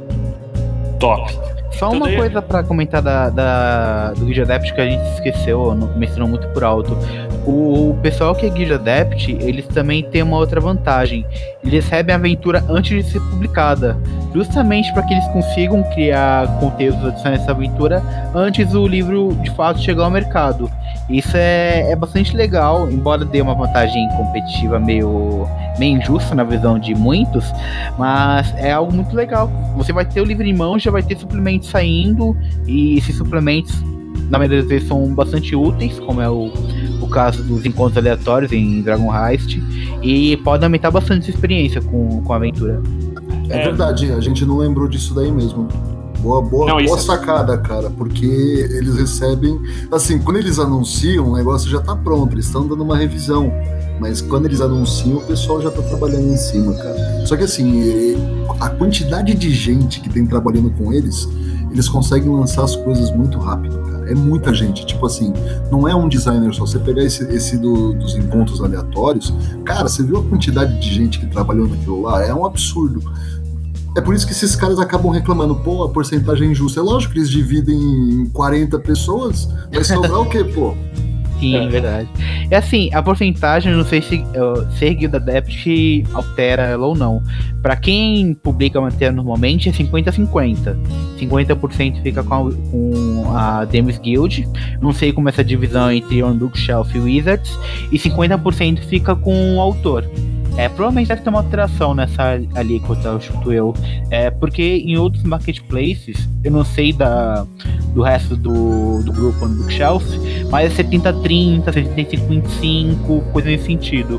Top. Só uma coisa pra comentar do Guild Adept que a gente esqueceu, mencionou muito por alto. O pessoal que é Guild Adept, eles também têm uma outra vantagem. Eles recebem a aventura antes de ser publicada, justamente para que eles consigam criar conteúdos adicionais dessa aventura antes do livro de fato chegar ao mercado. Isso é bastante legal, embora dê uma vantagem competitiva meio injusta na visão de muitos, mas é algo muito legal. Você vai ter o livro em mãos, já vai ter suplementos saindo, e esses suplementos, na maioria das vezes, são bastante úteis, como é o caso dos encontros aleatórios em Dragon Heist, e podem aumentar bastante sua experiência com a aventura. É verdade, a gente não lembrou disso daí mesmo. Boa sacada, cara, porque eles recebem, assim, quando eles anunciam, o negócio já tá pronto, eles estão dando uma revisão, mas quando eles anunciam, o pessoal já tá trabalhando em cima, cara. Só que assim, a quantidade de gente que tem trabalhando com eles conseguem lançar as coisas muito rápido, cara. É muita gente, tipo assim, não é um designer só. Você pegar esse dos encontros aleatórios, cara, você viu a quantidade de gente que trabalhou naquilo lá? É um absurdo. É por isso que esses caras acabam reclamando, pô, a porcentagem é injusta. É lógico que eles dividem em 40 pessoas, vai sobrar o quê, pô? Sim, verdade. E assim, a porcentagem, não sei se ser Guild Adept altera ela ou não. Pra quem publica matéria normalmente é 50-50. 50% fica com a DMs Guild. Não sei como essa divisão entre On Bookshelf e Wizards. E 50% fica com o autor. Provavelmente deve ter uma alteração nessa alíquota, eu chuto eu. Porque em outros marketplaces, eu não sei do resto do grupo On Bookshelf, mas é 70-30, 75-25, coisa nesse sentido.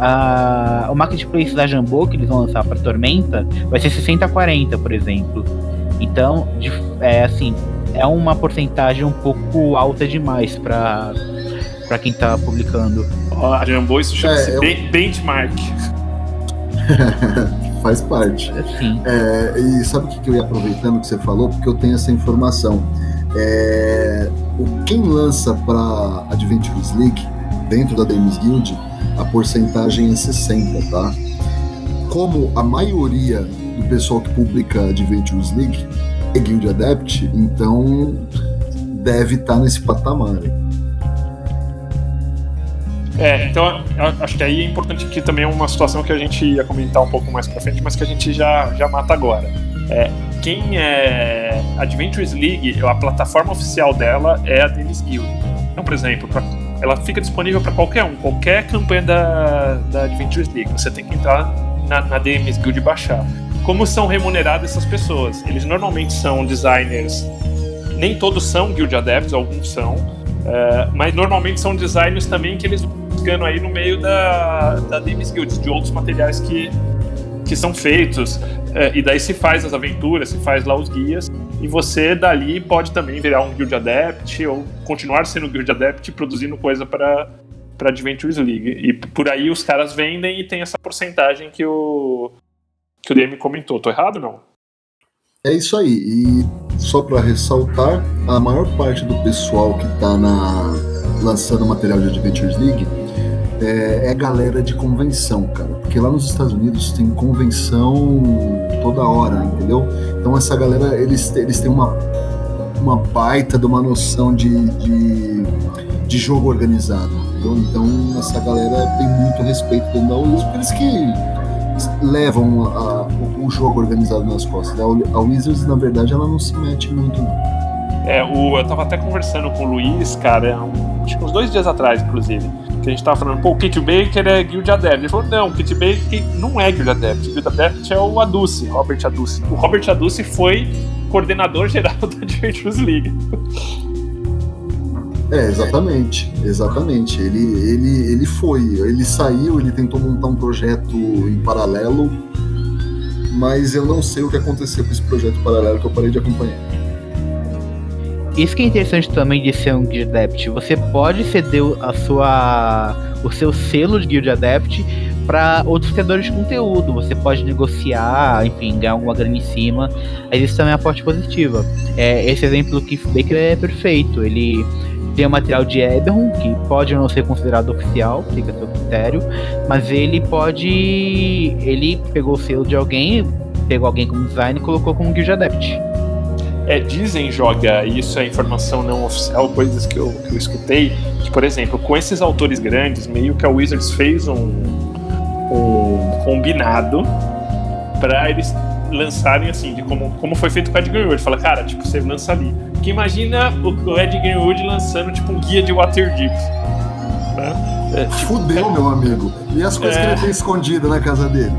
O marketplace da Jambô, que eles vão lançar para Tormenta, vai ser 60-40, por exemplo. Então, é uma porcentagem um pouco alta demais para quem tá publicando. A Jambô, isso chama-se benchmark. Faz parte. Sim. E sabe o que eu ia aproveitando que você falou? Porque eu tenho essa informação. Quem lança para Adventures League, dentro da DMs Guild, a porcentagem é 60%, tá? Como a maioria do pessoal que publica Adventures League é Guild Adept, então deve estar nesse patamar. Então eu acho que aí é importante que também é uma situação que a gente ia comentar um pouco mais pra frente, mas que a gente já mata agora. Quem é Adventures League, a plataforma oficial dela é a Games Guild. Então, por exemplo, ela fica disponível para qualquer campanha da Adventures League. Você tem que entrar na Games Guild e baixar. Como são remuneradas essas pessoas? Eles normalmente são designers, nem todos são Guild Adepts, alguns são, mas normalmente são designers também que eles vão buscando aí no meio da Games Guild, de outros materiais que são feitos, e daí se faz as aventuras, se faz lá os guias, e você dali pode também virar um Guild Adept ou continuar sendo Guild Adept produzindo coisa para Adventures League. E por aí os caras vendem e tem essa porcentagem que o DM comentou. Tô errado, não? É isso aí. E só para ressaltar, a maior parte do pessoal que tá lançando material de Adventures League é galera de convenção, cara. Porque lá nos Estados Unidos tem convenção toda hora, entendeu? Então essa galera, eles têm uma baita de uma noção de jogo organizado, entendeu? Então essa galera tem muito respeito dentro da Wizards, por isso que levam o jogo organizado nas costas. A Wizards, na verdade, ela não se mete muito, não. Eu tava até conversando com o Luiz, cara, acho que uns 2 dias atrás, inclusive, que a gente tava falando, o Kit Baker é Guild Adept. Ele falou, não, o Kit Baker não é Guild Adept. O Guild Adept é o Aduce, Robert Aduce. O Robert Aduce foi coordenador geral da Adventures League. Exatamente. Ele saiu, ele tentou montar um projeto em paralelo, mas eu não sei o que aconteceu com esse projeto paralelo que eu parei de acompanhar. Isso que é interessante também de ser um Guild Adept. Você pode ceder o seu selo de Guild Adept para outros criadores de conteúdo. Você pode negociar, enfim, ganhar alguma grana em cima. Mas isso também é uma parte positiva. Esse exemplo do Keith Baker é perfeito. Ele tem o material de Eberron, que pode não ser considerado oficial, fica a seu critério, mas ele pegou o selo de alguém, pegou alguém como design e colocou como Guild Adept. Dizem, Joga, e isso é informação não oficial, coisas que eu escutei, que, por exemplo, com esses autores grandes, meio que a Wizards fez um combinado para eles lançarem, assim, de como foi feito com o Ed Greenwood. Fala, cara, tipo, você lança ali. Porque imagina o Ed Greenwood lançando, tipo, um guia de Waterdeep. Né? Fudeu, meu amigo. E as coisas que ele tem escondido na casa dele?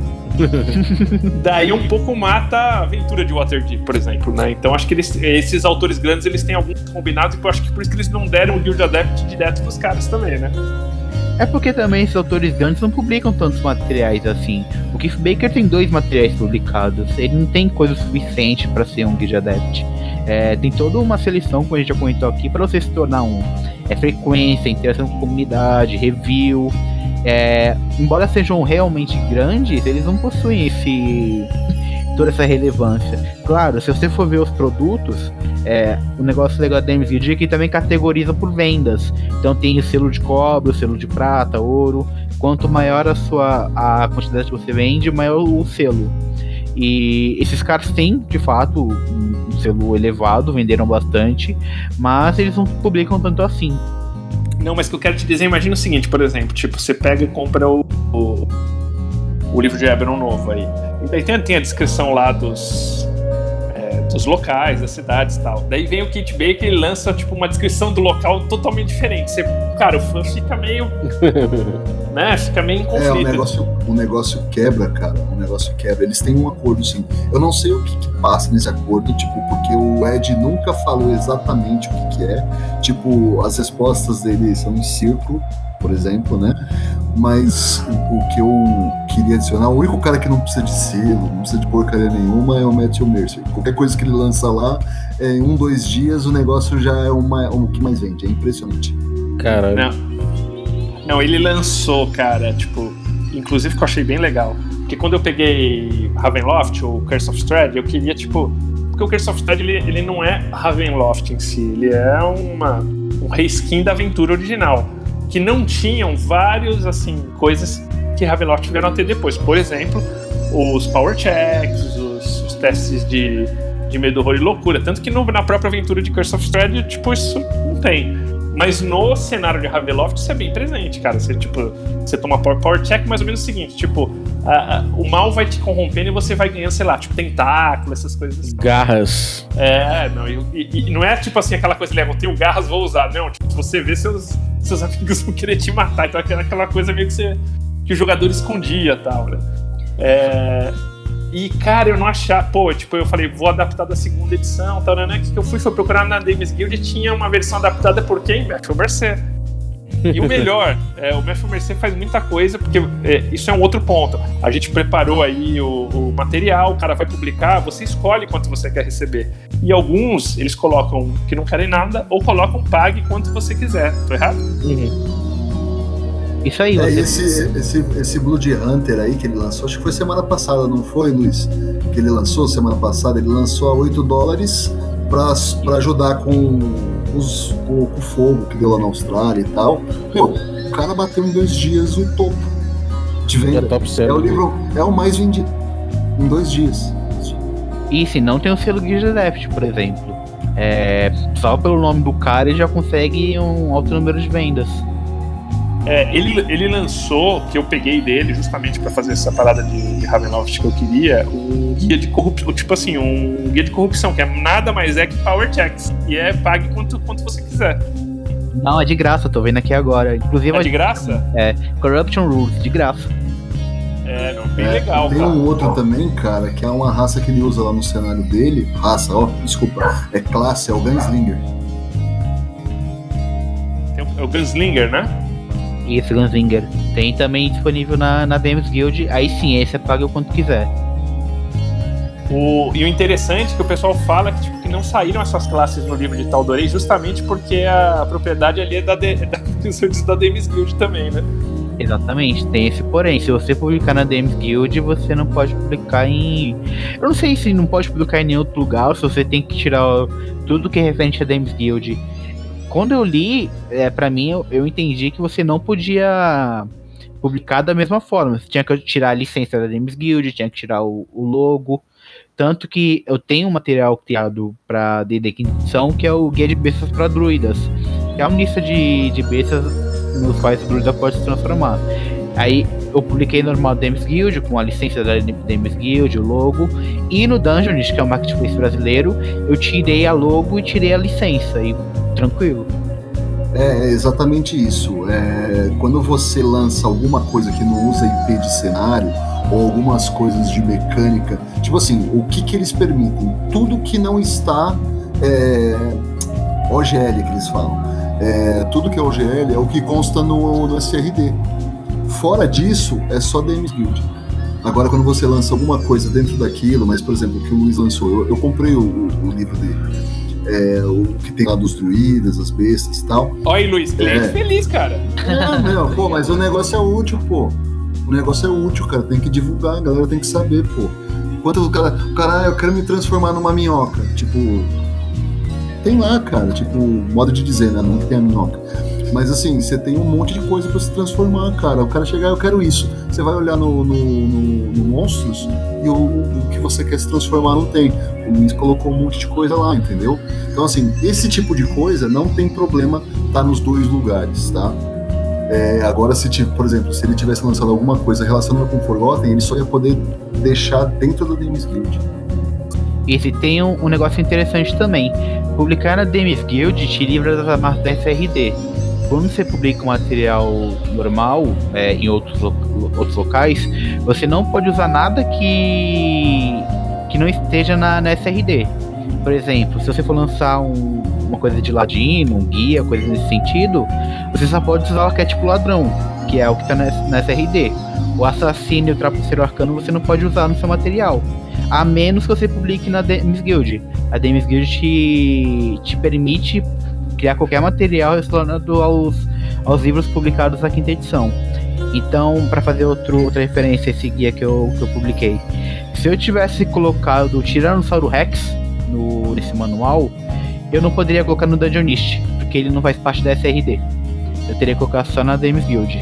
Daí um pouco mata a aventura de Waterdeep, por exemplo, né? Então acho que esses autores grandes, eles têm alguns combinados, e eu acho que por isso que eles não deram o Guild Adept direto pros caras também, né? É porque também esses autores grandes não publicam tantos materiais assim. O Keith Baker tem 2 materiais publicados, ele não tem coisa suficiente para ser um Guild Adept. Tem toda uma seleção, como a gente já comentou aqui, para você se tornar um. Frequência, interação com a comunidade, review. Embora sejam realmente grandes, eles não possuem toda essa relevância. Claro, se você for ver os produtos, o negócio legal da MVD é que também categoriza por vendas. Então tem o selo de cobre, o selo de prata, ouro. Quanto maior a quantidade que você vende, maior o selo. E esses caras têm, de fato, um selo elevado, venderam bastante, mas eles não publicam tanto assim. Não, mas o que eu quero te dizer, imagina o seguinte, por exemplo, tipo, você pega e compra o livro de Eberron novo aí. E daí tem a descrição lá dos locais, das cidades e tal. Daí vem o Kit Baker e lança, tipo, uma descrição do local totalmente diferente. Cara, o fã fica meio... né? Fica meio em conflito. O negócio quebra, cara. O negócio quebra. Eles têm um acordo, sim. Eu não sei o que passa nesse acordo, tipo, porque o Ed nunca falou exatamente o que é. Tipo, as respostas dele são em círculo, por exemplo, né? Mas o que eu queria adicionar, o único cara que não precisa de selo, não precisa de porcaria nenhuma, é o Matthew Mercer. Qualquer coisa que ele lança lá, em 1-2 dias, o negócio já é o que mais vende. É impressionante. Caralho. Não, ele lançou, cara, tipo, inclusive que eu achei bem legal. Porque quando eu peguei Ravenloft, ou Curse of Strahd, eu queria, tipo... Porque o Curse of Strahd, ele não é Ravenloft em si, ele é um reskin da aventura original. Que não tinham vários, assim, coisas que Ravenloft vieram a ter depois. Por exemplo, os power checks, os testes de medo, horror e loucura. Tanto que na própria aventura de Curse of Strahd, tipo, isso não tem. Mas no cenário de Ravenloft isso é bem presente, cara. Você toma power check, mais ou menos o seguinte, tipo, o mal vai te corrompendo e você vai ganhando, sei lá, tipo, tentáculo, essas coisas assim. Garras. Não, e não é tipo assim, aquela coisa, eu tenho garras, vou usar. Não, tipo, você vê seus amigos vão querer te matar. Então aquela coisa meio que o jogador escondia e tal, né? E, cara, eu não achava... eu falei, vou adaptar da segunda edição, tal, né? Que eu fui procurar na Dames Guild e tinha uma versão adaptada por quem? Matthew Mercer. E o melhor, o Matthew Mercer faz muita coisa, porque isso é um outro ponto. A gente preparou aí o material, o cara vai publicar, você escolhe quanto você quer receber. E alguns, eles colocam que não querem nada, ou colocam pague quanto você quiser. Tô errado? Isso aí, esse Blood Hunter aí que ele lançou, acho que foi semana passada, não foi, Luiz? Que ele lançou semana passada, ele lançou a $8 pra ajudar com o fogo que deu lá na Austrália e tal. O cara bateu em 2 dias o topo de venda. É o livro, é o mais vendido em 2 dias. E se não tem o selo Guild Adepti, por exemplo, só pelo nome do cara ele já consegue um alto número de vendas. Ele lançou, que eu peguei dele justamente pra fazer essa parada de Ravenloft que eu queria, um guia de corrupção, tipo assim, um guia de corrupção, que nada mais que Power Checks, e pague quanto você quiser. Não, é de graça, tô vendo aqui agora. Inclusive, é de graça? Corruption Rules, de graça. Bem legal. Tem um outro também, cara, que é uma raça que ele usa lá no cenário dele, é classe, é o Gunslinger. É o Gunslinger, né? Isso, Gunslinger. Tem também disponível na Dames Guild. Aí sim, esse você paga o quanto quiser. E o interessante é que o pessoal fala que não saíram essas classes no livro de Tal'Dorei justamente porque a propriedade ali é da Dames Guild também, né? Exatamente, tem esse porém. Se você publicar na Dames Guild, você não pode publicar em... Eu não sei se não pode publicar em nenhum outro lugar, ou se você tem que tirar tudo que é referente a Dames Guild. Quando eu li, pra mim, eu entendi que você não podia publicar da mesma forma. Você tinha que tirar a licença da Dames Guild, tinha que tirar o logo. Tanto que eu tenho um material criado pra D&D Quinta Edição, que é o Guia de Bestas para Druidas. Que é uma lista de bestas nos quais o druida pode se transformar. Aí eu publiquei normal Dames Guild, com a licença da Dames Guild, o logo. E no Dungeonist, que é o marketplace brasileiro, eu tirei a logo e tirei a licença. E tranquilo. É exatamente isso. Quando você lança alguma coisa que não usa IP de cenário, ou algumas coisas de mecânica, tipo assim, o que eles permitem? Tudo que não está OGL, que eles falam. Tudo que é OGL é o que consta no SRD. Fora disso, é só Dames Guild. Agora, quando você lança alguma coisa dentro daquilo, mas, por exemplo, o que o Luiz lançou, eu comprei o livro dele. O que tem lá dos druidas, as bestas e tal. Olha aí, Luiz, cliente feliz, cara. Mas o negócio é útil, pô. O negócio é útil, cara. Tem que divulgar, a galera tem que saber, pô. Enquanto o cara, eu quero me transformar numa minhoca. Tipo, tem lá, cara, tipo, modo de dizer, né? Não tem a minhoca. Mas assim, você tem um monte de coisa pra se transformar, cara. O cara chegar, eu quero isso. Você vai olhar no Monstros e o que você quer se transformar não tem. O Luiz colocou um monte de coisa lá, entendeu? Então assim, esse tipo de coisa não tem problema tá nos 2 lugares, tá? Agora, por exemplo, se ele tivesse lançado alguma coisa relacionada com Forgotten, ele só ia poder deixar dentro da Dames Guild. E se tem um negócio interessante também. Publicar na Dames Guild te livra das amarras da SRD. Quando você publica um material normal em outros locais, você não pode usar nada que não esteja na SRD. Por exemplo, se você for lançar uma coisa de ladino, um guia, coisa nesse sentido, você só pode usar o arquétipo ladrão, que é o que está na SRD. O assassino e o trapaceiro arcano você não pode usar no seu material, a menos que você publique na Dames Guild. A Dames Guild te permite criar qualquer material relacionado aos livros publicados na quinta edição. Então, para fazer outra referência a esse guia que eu publiquei, se eu tivesse colocado o Tiranossauro Rex nesse manual, eu não poderia colocar no Dungeonist, porque ele não faz parte da SRD. Eu teria que colocar só na Dames Guild.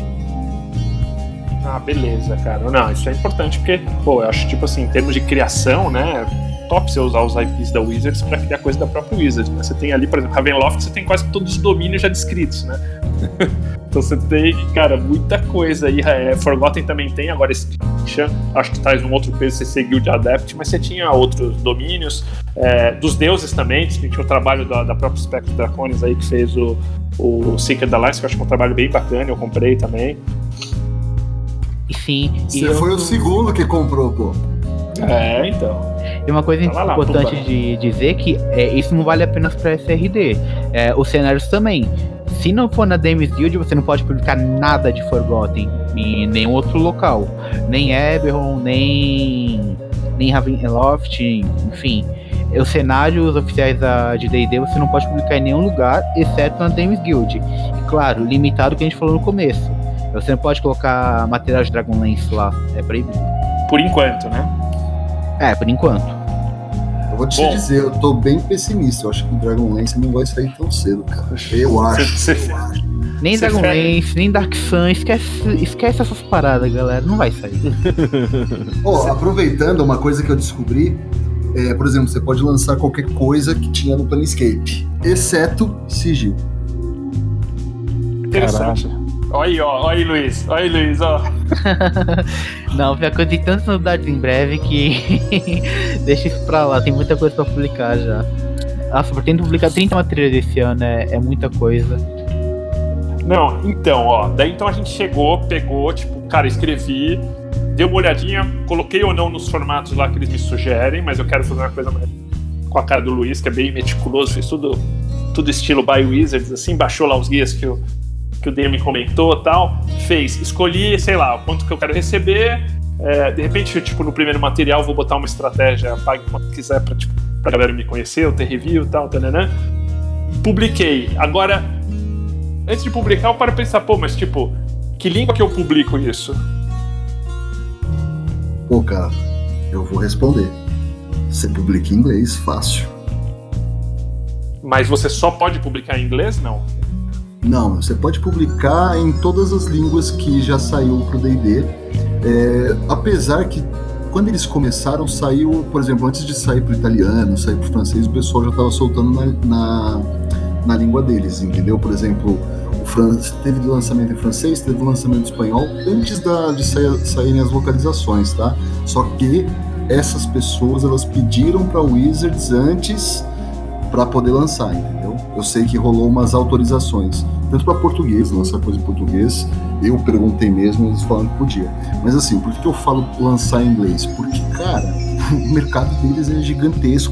Ah, beleza, cara. Não, isso é importante porque, eu acho, tipo assim, em termos de criação, né, top você usar os IPs da Wizards para criar coisa da própria Wizards, né? Você tem ali, por exemplo, Ravenloft, você tem quase todos os domínios já descritos, né? Então você tem, cara, muita coisa aí. Forgotten também tem, agora Extinction, acho que traz um outro peso, você seguiu de Adept, mas você tinha outros domínios, dos deuses também, tinha o trabalho da própria Spectros Draconis aí, que fez o Secret Alliance, que eu acho que é um trabalho bem bacana, eu comprei também. Sim. Você foi o segundo que comprou, pô. Então. E uma coisa importante de dizer que isso não vale apenas para SRD. Os cenários também. Se não for na Daemons Guild, você não pode publicar nada de Forgotten em nenhum outro local. Nem Eberron, nem Ravenloft, enfim. Os cenários oficiais de D&D você não pode publicar em nenhum lugar, exceto na Daemons Guild. E claro, limitado que a gente falou no começo. Você não pode colocar material de Dragonlance lá, é proibido. Por enquanto, né? Por enquanto. Eu vou te dizer, eu tô bem pessimista. Eu acho que o Dragonlance não vai sair tão cedo, cara. Eu acho. Nem Dragonlance, nem Dark Sun, esquece essas paradas, galera. Não vai sair. Aproveitando uma coisa que eu descobri, por exemplo, você pode lançar qualquer coisa que tinha no Planescape, exceto sigil. Interessante. Olha aí, Luiz, ó. Não, pior que eu tenho tantas novidades em breve que deixa isso pra lá, tem muita coisa pra publicar já. Nossa, pretendo publicar 30 matérias esse ano, é muita coisa. Não, então, daí então a gente pegou, tipo, cara, escrevi, dei uma olhadinha, coloquei ou não nos formatos lá que eles me sugerem, mas eu quero fazer uma coisa mais com a cara do Luiz, que é bem meticuloso, fez tudo estilo by Wizards, assim, baixou lá os guias que o DM comentou e tal, escolhi, sei lá, o quanto que eu quero receber, de repente, tipo, no primeiro material vou botar uma estratégia, pague quanto quiser pra galera me conhecer, eu ter review e tal, tananã. Publiquei. Agora, antes de publicar, eu paro pensar, mas tipo, que língua que eu publico isso? Pô, cara, eu vou responder. Você publica em inglês, fácil. Mas você só pode publicar em inglês, não? Não, você pode publicar em todas as línguas que já saiu pro D&D. Apesar que, quando eles começaram, saiu, por exemplo, antes de sair pro italiano, sair pro francês, o pessoal já estava soltando na língua deles, entendeu? Por exemplo, teve lançamento em francês, teve lançamento em espanhol, antes de saírem as localizações, tá? Só que essas pessoas, elas pediram pra Wizards antes para poder lançar, entendeu? Eu sei que rolou umas autorizações, tanto para português, lançar coisa em português, eu perguntei mesmo, eles falaram que podia. Mas assim, por que eu falo lançar em inglês? Porque, cara, o mercado deles é gigantesco,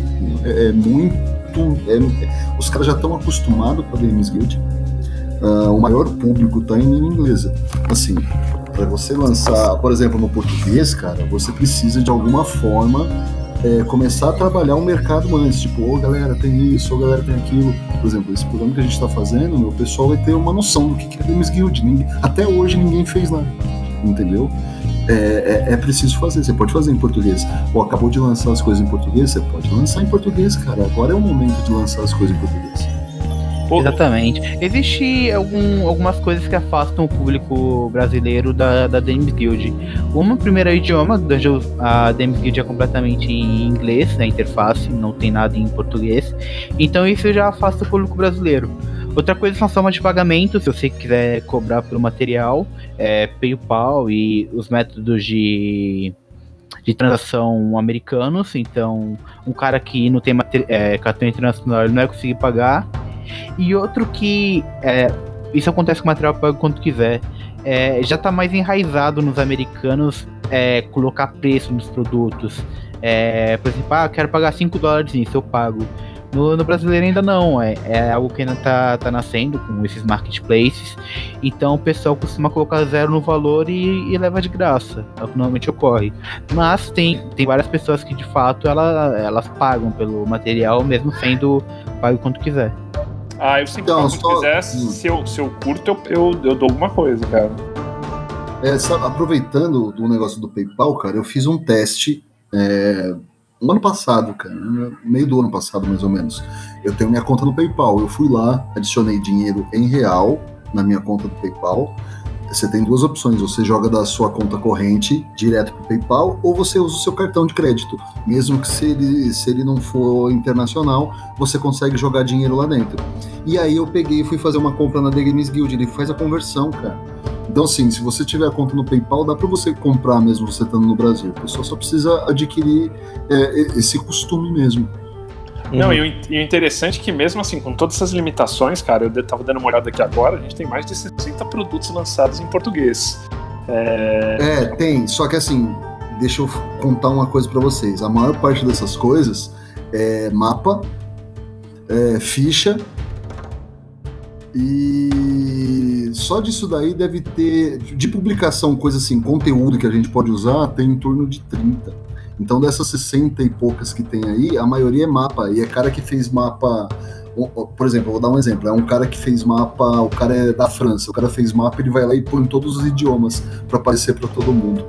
os caras já estão acostumados com a Daemons Guild, o maior público tá em língua inglesa. Assim, para você lançar, por exemplo, no português, cara, você precisa de alguma forma começar a trabalhar um mercado antes, tipo, galera, tem isso, galera, tem aquilo. Por exemplo, esse programa que a gente tá fazendo, o pessoal vai ter uma noção do que é Daemons Guild. Até hoje ninguém fez nada, entendeu? É preciso fazer, você pode fazer em português. Acabou de lançar as coisas em português, você pode lançar em português, cara. Agora é o momento de lançar as coisas em português. Exatamente. Existem algumas coisas que afastam o público brasileiro da Daemons Guild. Uma, primeiro, é o idioma. A Daemons Guild é completamente em inglês, na interface, não tem nada em português. Então isso já afasta o público brasileiro. Outra coisa são as formas de pagamento. Se você quiser cobrar pelo material, PayPal e os métodos de transação americanos. Então, um cara que não tem cartão internacional, ele não vai conseguir pagar. E outro que isso acontece com o material pago quanto quiser, já tá mais enraizado nos americanos colocar preço nos produtos, por exemplo, eu quero pagar $5 nisso, eu pago. No brasileiro ainda não, é algo que ainda tá nascendo com esses marketplaces, então o pessoal costuma colocar zero no valor e leva de graça, é o que normalmente ocorre. Mas tem várias pessoas que de fato elas pagam pelo material, mesmo sendo pago quanto quiser. Eu sempre falo, se quiser, se eu curto, eu dou alguma coisa, cara. Aproveitando do negócio do PayPal, cara, eu fiz um teste no ano passado, cara, no meio do ano passado, mais ou menos. Eu tenho minha conta no PayPal, eu fui lá, adicionei dinheiro em real na minha conta do PayPal, você tem duas opções, você joga da sua conta corrente direto pro PayPal, ou você usa o seu cartão de crédito, mesmo que se ele não for internacional, você consegue jogar dinheiro lá dentro. E aí eu peguei e fui fazer uma compra na The Games Guild, ele faz a conversão, cara. Então assim, se você tiver a conta no PayPal, dá pra você comprar mesmo você estando no Brasil, a pessoa só precisa adquirir esse costume mesmo. Não, e o interessante é que mesmo assim, com todas essas limitações, cara, eu tava dando uma olhada aqui agora, a gente tem mais de 60 produtos lançados em português. Tem, só que assim, deixa eu contar uma coisa pra vocês. A maior parte dessas coisas é mapa, ficha, e só disso daí deve ter, de publicação, coisa assim, conteúdo que a gente pode usar, tem em torno de 30. Então dessas 60 e poucas que tem aí, a maioria é mapa, e é cara que fez mapa, por exemplo, eu vou dar um exemplo, é um cara que fez mapa, o cara é da França, o cara fez mapa, ele vai lá e põe em todos os idiomas, pra aparecer pra todo mundo.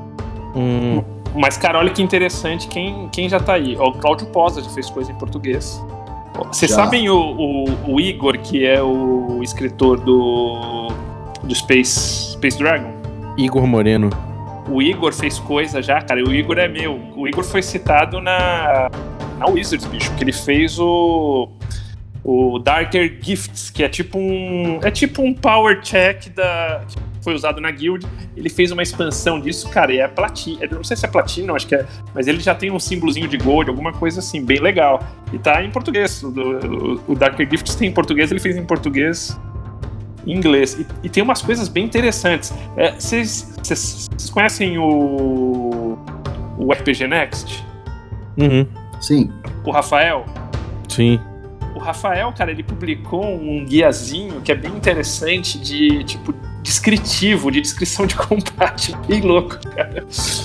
Mas cara, olha que interessante, quem já tá aí, o Cláudio Posa já fez coisa em português. Vocês sabem o Igor, que é o escritor do Space Dragon? Igor Moreno. O Igor fez coisa já, cara, o Igor é meu. O Igor foi citado na Wizards, bicho, que ele fez o Darker Gifts, que é tipo um power check que foi usado na guild. Ele fez uma expansão disso, cara, e é platina. Eu não sei se é platina, acho que é, mas ele já tem um símbolozinho de gold, alguma coisa assim, bem legal. E tá em português. O Darker Gifts tem em português, ele fez em português e inglês. E tem umas coisas bem interessantes. Vocês conhecem o RPG Next? Uhum. Sim. O Rafael? Sim. O Rafael, cara, ele publicou um guiazinho que é bem interessante de, tipo, descritivo, de descrição de combate. Bem louco, cara.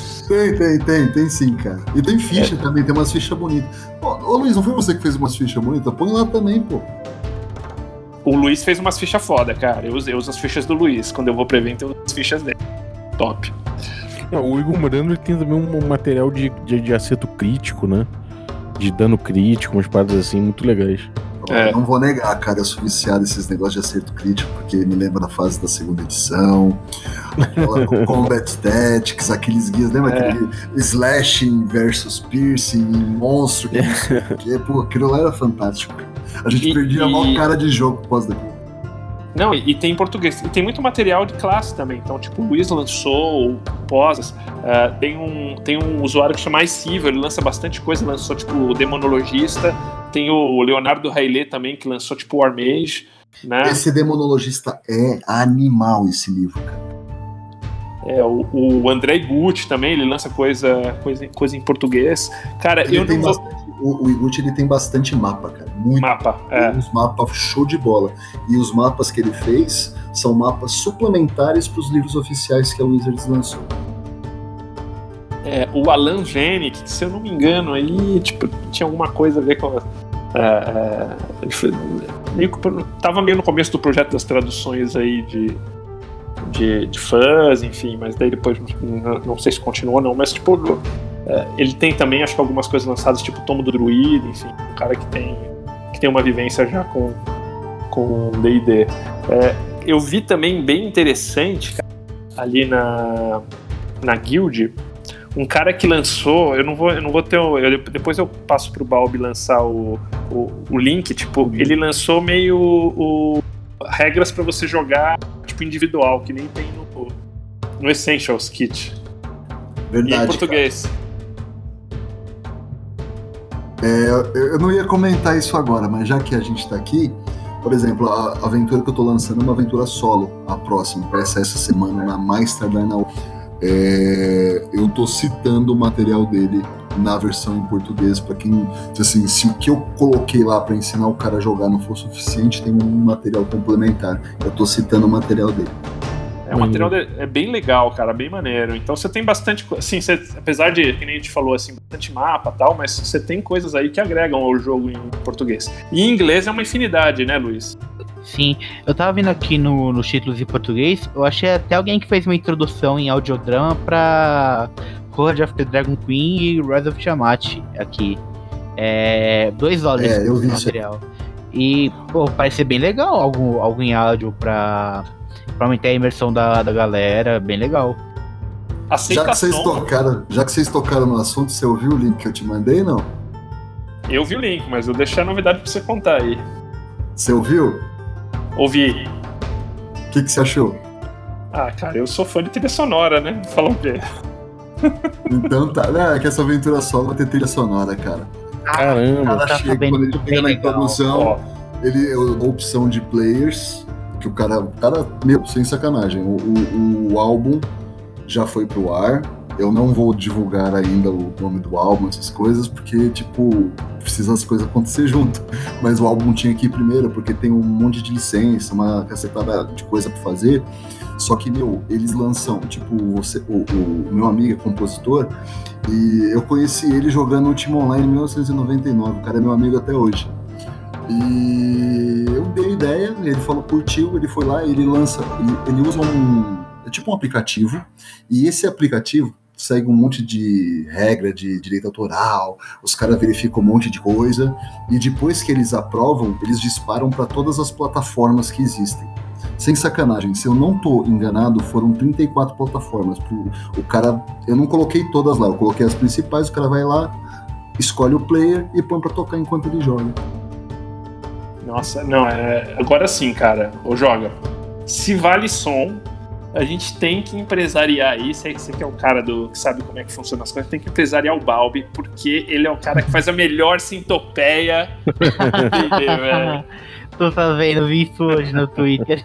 Tem sim, cara. E tem ficha também, tem umas fichas bonitas. Ô Luiz, não foi você que fez umas fichas bonitas? Põe lá também, pô. O Luiz fez umas fichas foda, cara. Eu uso as fichas do Luiz. Quando eu vou pra evento, eu uso as fichas dele. Top. O Igor Moreno, ele tem também um material de acerto crítico, né? De dano crítico, umas paradas assim, muito legais. Não vou negar, cara, eu sou viciado nesses negócios de acerto crítico, porque me lembra da fase da segunda edição, aquela Combat Tactics, aqueles guias, lembra aquele Slashing versus Piercing, monstro, que não sei o quê, pô, aquilo lá era fantástico. A gente perdia a maior cara de jogo por causa daquilo. Não, e tem em português. E tem muito material de classe também. Então, tipo, o Luiz lançou, o Posas, tem um usuário que chama Icivo, ele lança bastante coisa, lançou, tipo, o Demonologista. Tem o Leonardo Railet também, que lançou, tipo, o Armage, né? Esse Demonologista é animal, esse livro, cara. O André Gucci também, ele lança coisa em português. Cara, o Iguchi, ele tem bastante mapa, cara. Muito mapa. Uns mapas show de bola. E os mapas que ele fez são mapas suplementares para os livros oficiais que a Wizards lançou. O Alan Gene, que se eu não me engano, aí tipo, tinha alguma coisa a ver com. Tava meio no começo do projeto das traduções aí de fãs, tem, mas daí depois não sei se continuou ou não, mas tipo, ele tem também, acho que algumas coisas lançadas, tipo o Tomo do Druida, enfim, um cara que tem uma vivência já com D&D. Eu vi também bem interessante, cara, ali na guild, um cara que lançou, eu não vou ter, depois eu passo pro Balbi lançar o link, tipo, ele lançou meio regras pra você jogar, tipo, individual, que nem tem no Essentials Kit. Verdade, e em português. Eu não ia comentar isso agora, mas já que a gente tá aqui, por exemplo, a aventura que eu tô lançando é uma aventura solo, a próxima, vai ser essa semana, na mais tardar na eu tô citando o material dele na versão em português, para quem, assim, se o que eu coloquei lá para ensinar o cara a jogar não for suficiente, tem um material complementar. Eu tô citando o material dele. O material é bem legal, cara, bem maneiro. Então você tem bastante, assim, apesar de, que nem a gente falou, assim, bastante mapa e tal, mas você tem coisas aí que agregam ao jogo em português. E em inglês é uma infinidade, né, Luiz? Sim, eu tava vendo aqui nos títulos em português, eu achei até alguém que fez uma introdução em audiodrama pra Hoard of the Dragon Queen e Rise of Tiamat aqui. $2 eu vi esse material. E, pô, parece ser bem legal algo em áudio pra pra aumentar a imersão da galera, bem legal. Já que vocês tocaram no assunto, você ouviu o link que eu te mandei, não? Eu vi o link, mas eu deixei a novidade pra você contar aí. Você ouviu? Ouvi. O que você achou? Ah, cara, eu sou fã de trilha sonora, né? Fala o quê? Então tá. É que essa aventura solo vai ter trilha sonora, cara. Caramba. Ela chega, quando ele chega na introdução, ele a opção de players, que o cara, meu, sem sacanagem, o álbum já foi pro ar. Eu não vou divulgar ainda o nome do álbum, essas coisas, porque, tipo, precisa as coisas acontecer junto. Mas o álbum tinha que ir primeiro, porque tem um monte de licença, uma cacetada de coisa pra fazer. Só que, meu, eles lançam, tipo, o meu amigo é compositor, e eu conheci ele jogando Ultima Online em 1999, o cara é meu amigo até hoje. E eu dei a ideia, ele falou, curtiu, ele foi lá, ele lança, ele usa é tipo um aplicativo, e esse aplicativo segue um monte de regra de direito autoral, os caras verificam um monte de coisa, e depois que eles aprovam, eles disparam para todas as plataformas que existem. Sem sacanagem, se eu não tô enganado, foram 34 plataformas. O cara, eu não coloquei todas lá, eu coloquei as principais, o cara vai lá, escolhe o player e põe pra tocar enquanto ele joga. Nossa, não, agora sim, cara, ou joga. Se vale som, a gente tem que empresariar aí, você que é o cara que sabe como é que funciona as coisas, tem que empresariar o Balbi, porque ele é o cara que faz a melhor sintopeia. Entendeu, velho? Tô fazendo isso hoje no Twitter.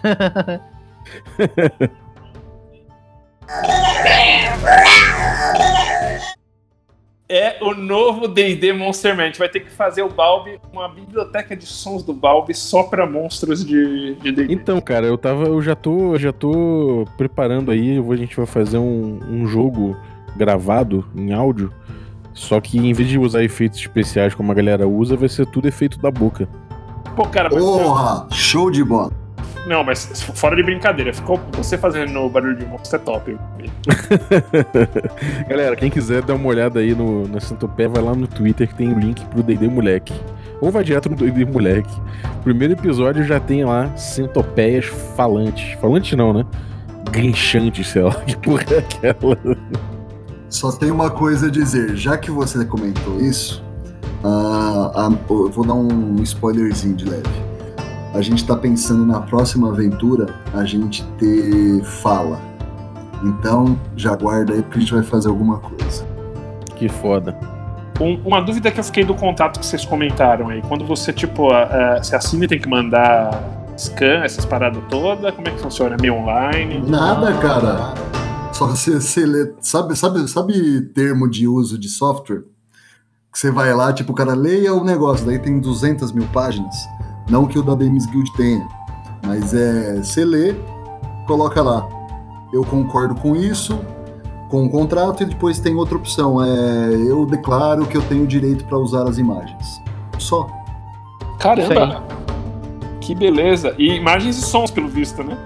É o novo D&D Monster Man. A gente vai ter que fazer o Balbi, uma biblioteca de sons do Balbi só pra monstros de D&D. Então, cara, eu já tô preparando aí, a gente vai fazer um jogo gravado em áudio, só que em vez de usar efeitos especiais como a galera usa, vai ser tudo efeito da boca. Pô, cara, mas... Porra! Show de bola! Não, mas fora de brincadeira, ficou você fazendo barulho de monstro é top. Galera, quem quiser dar uma olhada aí na Centopeia, vai lá no Twitter que tem o link pro D&D Moleque. Ou vai direto no D&D Moleque. Primeiro episódio já tem lá centopeias falantes. Falantes não, né? Guinchantes, sei lá. Que porra é aquela? Só tem uma coisa a dizer. Já que você comentou isso, eu vou dar um spoilerzinho de leve. A gente tá pensando na próxima aventura a gente ter fala. Então, já aguarda aí porque a gente vai fazer alguma coisa. Que foda. Uma dúvida que eu fiquei do contato que vocês comentaram aí. Quando você, tipo, se assina e tem que mandar scan, essas paradas todas, como é que funciona? Meio online? Nada, cara. Só você lê. Sabe termo de uso de software? Que você vai lá, tipo, o cara leia o negócio, daí tem 200 mil páginas. Não que o da Games Guild tenha, mas você lê, coloca lá. Eu concordo com isso, com o contrato, e depois tem outra opção. Eu declaro que eu tenho direito para usar as imagens. Só. Caramba! Que beleza! E imagens e sons, pelo visto, né?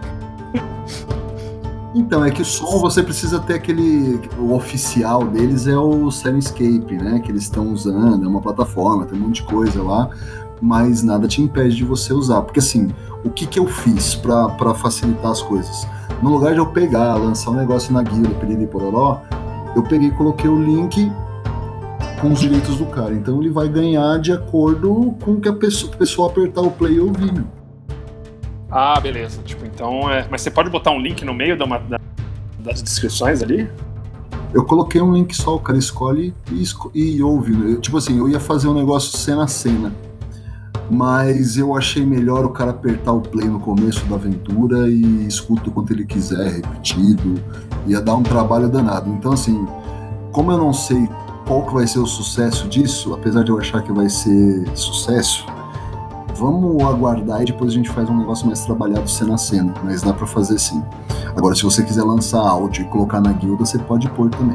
Então, é que o som você precisa ter o oficial deles é o Sirenscape, né? Que eles estão usando, é uma plataforma, tem um monte de coisa lá. Mas nada te impede de você usar. Porque assim, o que eu fiz pra facilitar as coisas? No lugar de eu pegar, lançar um negócio na guilda, pedir pororó, eu peguei e coloquei o link com os direitos do cara. Então ele vai ganhar de acordo com o que a pessoa apertar o play e ouvir. Meu. Ah, beleza. Tipo, então, mas você pode botar um link no meio das descrições ali? Eu coloquei um link só, o cara escolhe e ouve. Tipo assim, eu ia fazer um negócio cena a cena. Mas eu achei melhor o cara apertar o play no começo da aventura e escuta o quanto ele quiser, repetido. Ia dar um trabalho danado. Então, assim, como eu não sei qual que vai ser o sucesso disso, apesar de eu achar que vai ser sucesso, vamos aguardar e depois a gente faz um negócio mais trabalhado cena a cena. Mas dá pra fazer sim. Agora, se você quiser lançar áudio e colocar na guilda, você pode pôr também.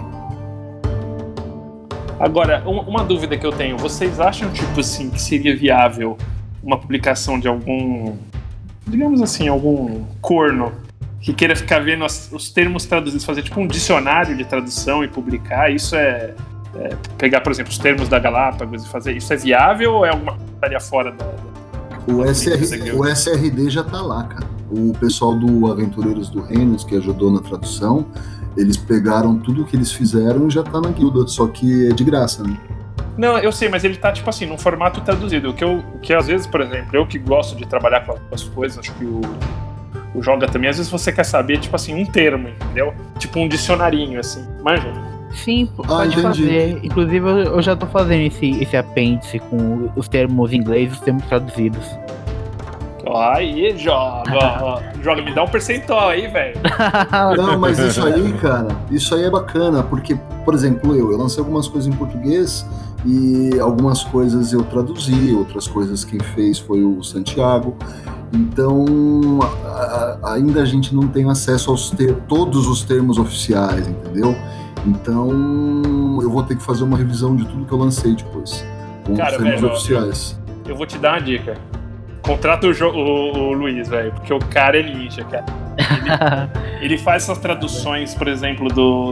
Agora, uma dúvida que eu tenho. Vocês acham, tipo assim, que seria viável uma publicação de algum, digamos assim, algum corno que queira ficar vendo os termos traduzidos, fazer tipo um dicionário de tradução e publicar? Isso pegar, por exemplo, os termos da Galápagos e fazer isso é viável ou é alguma coisa fora da o SRD já tá lá, cara. O pessoal do Aventureiros do Reino, que ajudou na tradução, eles pegaram tudo que eles fizeram e já tá na guilda, só que é de graça, né? Não, eu sei, mas ele tá, tipo assim, num formato traduzido. O que às vezes, por exemplo, eu que gosto de trabalhar com as coisas, acho que o Joga também, às vezes você quer saber, tipo assim, um termo, entendeu? Tipo um dicionarinho, assim, manja? Sim, pode fazer. Inclusive, eu já tô fazendo esse apêndice com os termos em inglês e os termos traduzidos. Aí, Joga, me dá um percentual aí, velho. Não, mas isso aí, cara, isso aí é bacana, porque, por exemplo, eu lancei algumas coisas em português e algumas coisas eu traduzi, outras coisas quem fez foi o Santiago. Então, ainda a gente não tem acesso aos todos os termos oficiais, entendeu? Então, eu vou ter que fazer uma revisão de tudo que eu lancei depois, com os termos oficiais. Eu vou te dar uma dica. Contrata o Luiz, velho, porque o cara é ninja, cara. Ele faz essas traduções, por exemplo,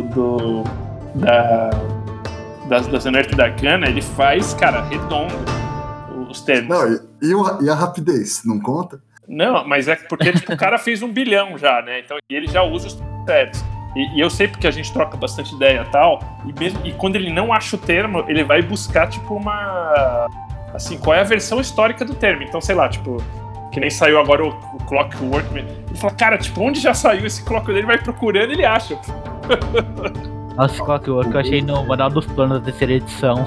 da Zenerp da Cana, ele faz, cara, redondo os termos. Não, e a rapidez, não conta? Não, mas é porque tipo, o cara fez 1 bilhão já, né? Então ele já usa os termos. E eu sei porque a gente troca bastante ideia e tal, e quando ele não acha o termo, ele vai buscar, tipo, uma... Assim, qual é a versão histórica do termo? Então, sei lá, tipo, que nem saiu agora o Clockwork. Ele fala, cara, tipo, onde já saiu esse Clockwork? Ele vai procurando e ele acha. Nossa, Clockwork eu achei no Manual dos Planos da terceira edição.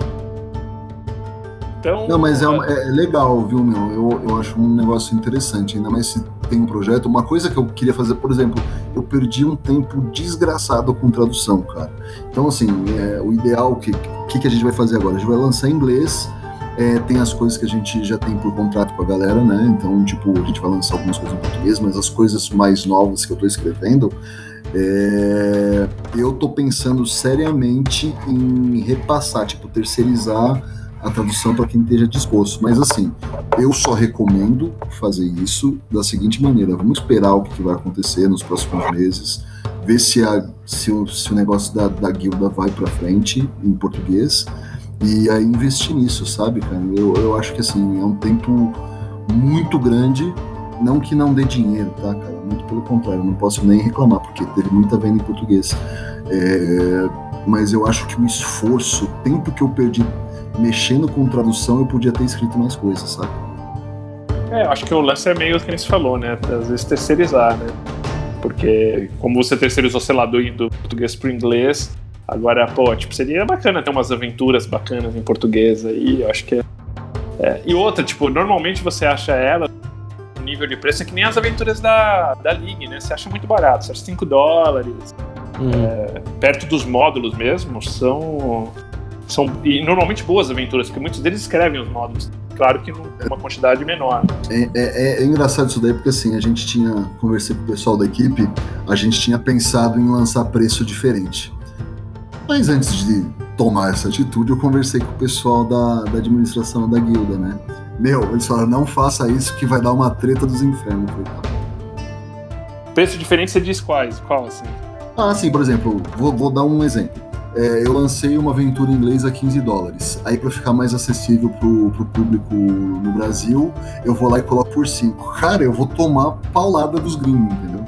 Então, não, mas é legal, viu, meu? Eu acho um negócio interessante, ainda mais se tem um projeto. Uma coisa que eu queria fazer, por exemplo, eu perdi um tempo desgraçado com tradução, cara. Então, assim, o ideal, o que a gente vai fazer agora? A gente vai lançar em inglês. Tem as coisas que a gente já tem por contrato com a galera, né? Então, tipo, a gente vai lançar algumas coisas em português, mas as coisas mais novas que eu tô escrevendo, eu tô pensando seriamente em repassar, tipo, terceirizar a tradução para quem esteja disposto. Mas, assim, eu só recomendo fazer isso da seguinte maneira: vamos esperar o que vai acontecer nos próximos meses, ver se o negócio da guilda vai para frente em português. E aí investir nisso, sabe, cara? Eu acho que, assim, é um tempo muito grande, não que não dê dinheiro, tá, cara? Muito pelo contrário, não posso nem reclamar, porque teve muita venda em português. Mas eu acho que o esforço, o tempo que eu perdi mexendo com tradução, eu podia ter escrito mais coisas, sabe? Eu acho que o lance é meio que nem se falou, né? Às vezes terceirizar, né? Porque como você terceirizou, sei lá, do português pro inglês... Agora, pô, tipo, seria bacana ter umas aventuras bacanas em português aí, eu acho que E outra, tipo, normalmente você acha ela no nível de preço, é que nem as aventuras da League, né? Você acha muito barato, você acha $5. Perto dos módulos mesmo, são e normalmente boas aventuras, porque muitos deles escrevem os módulos. Claro que numa quantidade menor. É engraçado isso daí, porque assim, conversei com o pessoal da equipe, a gente tinha pensado em lançar preço diferente. Mas antes de tomar essa atitude, eu conversei com o pessoal da administração da guilda, né? Eles falaram, não faça isso que vai dar uma treta dos infernos. Eu falei, tá. Preço diferente, você diz quais? Qual, assim? Sim, por exemplo, vou dar um exemplo. Eu lancei uma aventura em inglês a $15. Aí, pra ficar mais acessível pro público no Brasil, eu vou lá e coloco por 5. Cara, eu vou tomar paulada dos gringos, entendeu?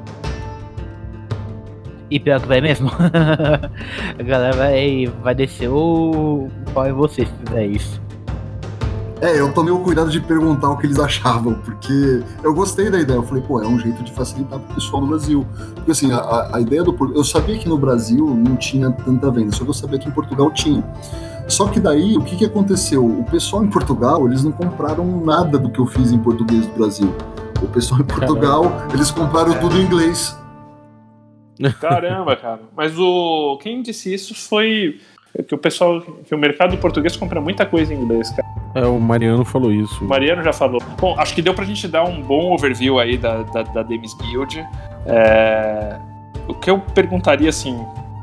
E pior que vai mesmo. A galera vai descer o pau em você se fizer isso. Eu tomei o cuidado de perguntar o que eles achavam, porque eu gostei da ideia. Eu falei, é um jeito de facilitar pro pessoal no Brasil. Porque assim, a ideia eu sabia que no Brasil não tinha tanta venda, só que eu sabia que em Portugal tinha. Só que daí, o que aconteceu? O pessoal em Portugal, eles não compraram nada do que eu fiz em português do Brasil. O pessoal em Portugal, eles compraram tudo em inglês. Caramba, cara. Mas quem disse isso foi que o mercado português compra muita coisa em inglês, cara. O Mariano falou isso. O Mariano já falou. Bom, acho que deu pra gente dar um bom overview aí da Daemys Guild. O que eu perguntaria, assim,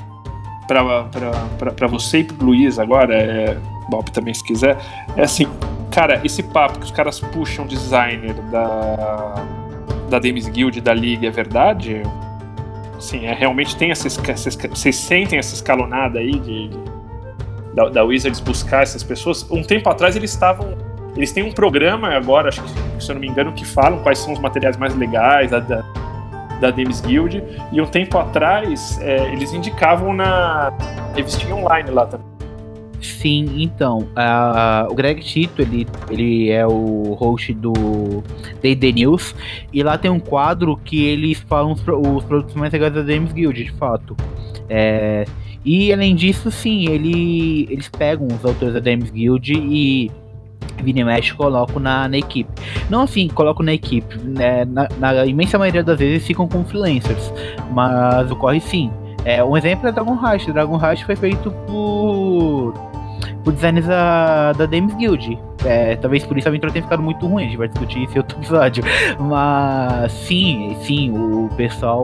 pra você e pro Luiz agora, Bob também se quiser, assim, cara, esse papo que os caras puxam designer da Daemys Guild, da Liga, é verdade? Assim, realmente tem vocês sentem essa escalonada aí da Wizards buscar essas pessoas? Um tempo atrás eles estavam Eles têm um programa agora, acho que, se eu não me engano, que falam quais são os materiais mais legais da Games Guild, e um tempo atrás eles indicavam na revistinha online lá também. Sim, então, o Greg Tito, ele é o host do D&D News, e lá tem um quadro que eles falam os produtos mais legais da Games Guild, de fato. E além disso, sim, eles pegam os autores da Games Guild e vira e mexe colocam na equipe. Não assim, colocam na equipe, né? Na imensa maioria das vezes ficam com freelancers, mas ocorre sim. Um exemplo é Dragon Rush. Dragon Rush foi feito por designers da Games Guild. Talvez por isso a aventura tenha ficado muito ruim, a gente vai discutir isso em outro episódio. Mas sim, o pessoal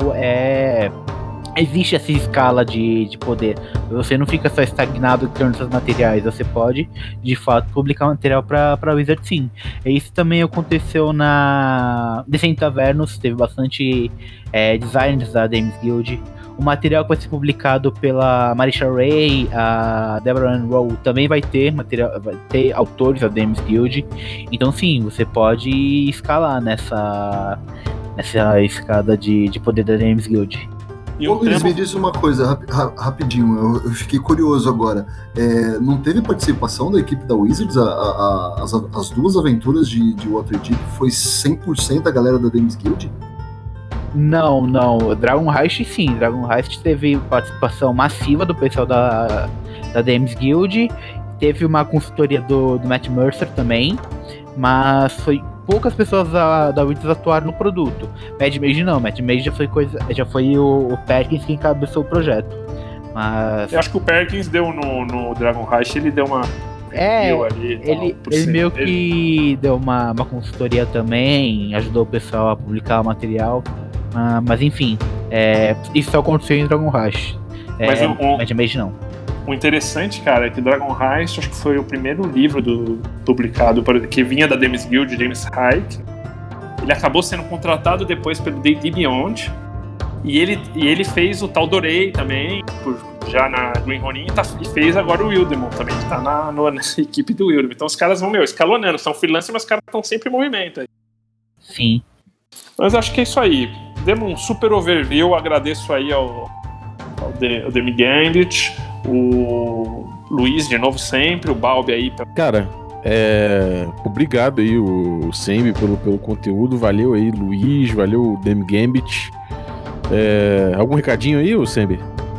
existe essa escala de poder. Você não fica só estagnado criando seus materiais, você pode, de fato, publicar material para Wizard, sim. E isso também aconteceu na Descent Tavernus, teve bastante designers da Games Guild. O material que vai ser publicado pela Marisha Ray, a Deborah Ann Rowe, também vai ter autores da Games Guild. Então sim, você pode escalar nessa escada de poder da Games Guild. Ô Luiz, me disse uma coisa, rapidinho, eu fiquei curioso agora. Não teve participação da equipe da Wizards? As duas aventuras de Waterdeep foi 100% a galera da Games Guild? Não. Dragon Rush sim. Dragon Rush teve participação massiva do pessoal da Games Guild. Teve uma consultoria do Matt Mercer também. Mas foi poucas pessoas da Wizards atuaram no produto. Mad Mage não. Mad Mage já foi o Perkins que encabeçou o projeto. Mas... Eu acho que o Perkins deu no Dragon Rush, ele deu uma... ele meio que deu uma consultoria também, ajudou o pessoal a publicar o material. Mas enfim, isso só aconteceu em Dragon Rush. Mad Mage não. O interessante, cara, é que Dragon Rush, acho que foi o primeiro livro publicado que vinha da Games Guild, James Hike. Ele acabou sendo contratado depois pelo D&D Beyond. E ele fez o Tal'Dorei também, já na Green Ronin, e fez agora o Wildemon também, que tá na equipe do Wildemon. Então os caras vão, escalonando, são freelancers, mas os caras estão sempre em movimento aí. Sim. Mas acho que é isso aí. Demos um super overview, agradeço aí ao Demi Gambit, o Luiz de novo sempre, o Balbi aí. Cara, obrigado aí o Sembi pelo conteúdo, valeu aí Luiz, valeu o Demi Gambit. Algum recadinho aí, o Sembi?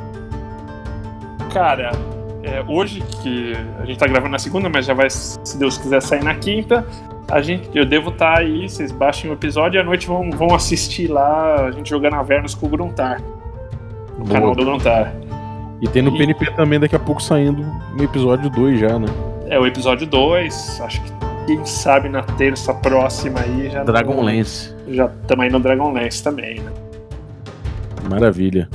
Cara, hoje que a gente tá gravando na segunda, mas já vai, se Deus quiser, sair na quinta. Eu devo estar aí, vocês baixem o episódio e à noite vão assistir lá a gente jogando Avernus com o Gruntar. No canal do Gruntar. E tem no PNP também daqui a pouco saindo no episódio 2 já, né? O episódio 2, acho que quem sabe na terça próxima aí já... Dragonlance. Já estamos aí no Dragonlance também, né? Maravilha.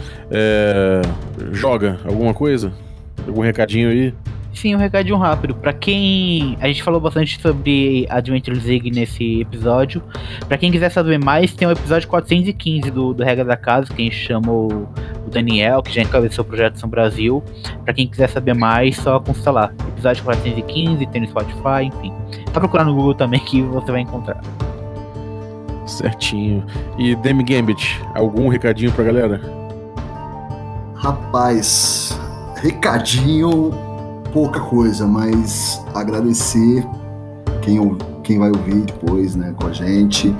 Joga alguma coisa? Algum recadinho aí? Sim, um recadinho rápido. Pra quem... A gente falou bastante sobre Adventures League nesse episódio. Pra quem quiser saber mais, tem o episódio 415 do Regra da Casa, que a gente chamou o Daniel, que já encabeçou o projeto São Brasil. Pra quem quiser saber mais, só consulta lá. Episódio 415, tem no Spotify, enfim. Só procurar no Google também que você vai encontrar. Certinho. E Demi Gambit, algum recadinho pra galera? Rapaz, recadinho... pouca coisa, mas agradecer quem vai ouvir depois, né, com a gente.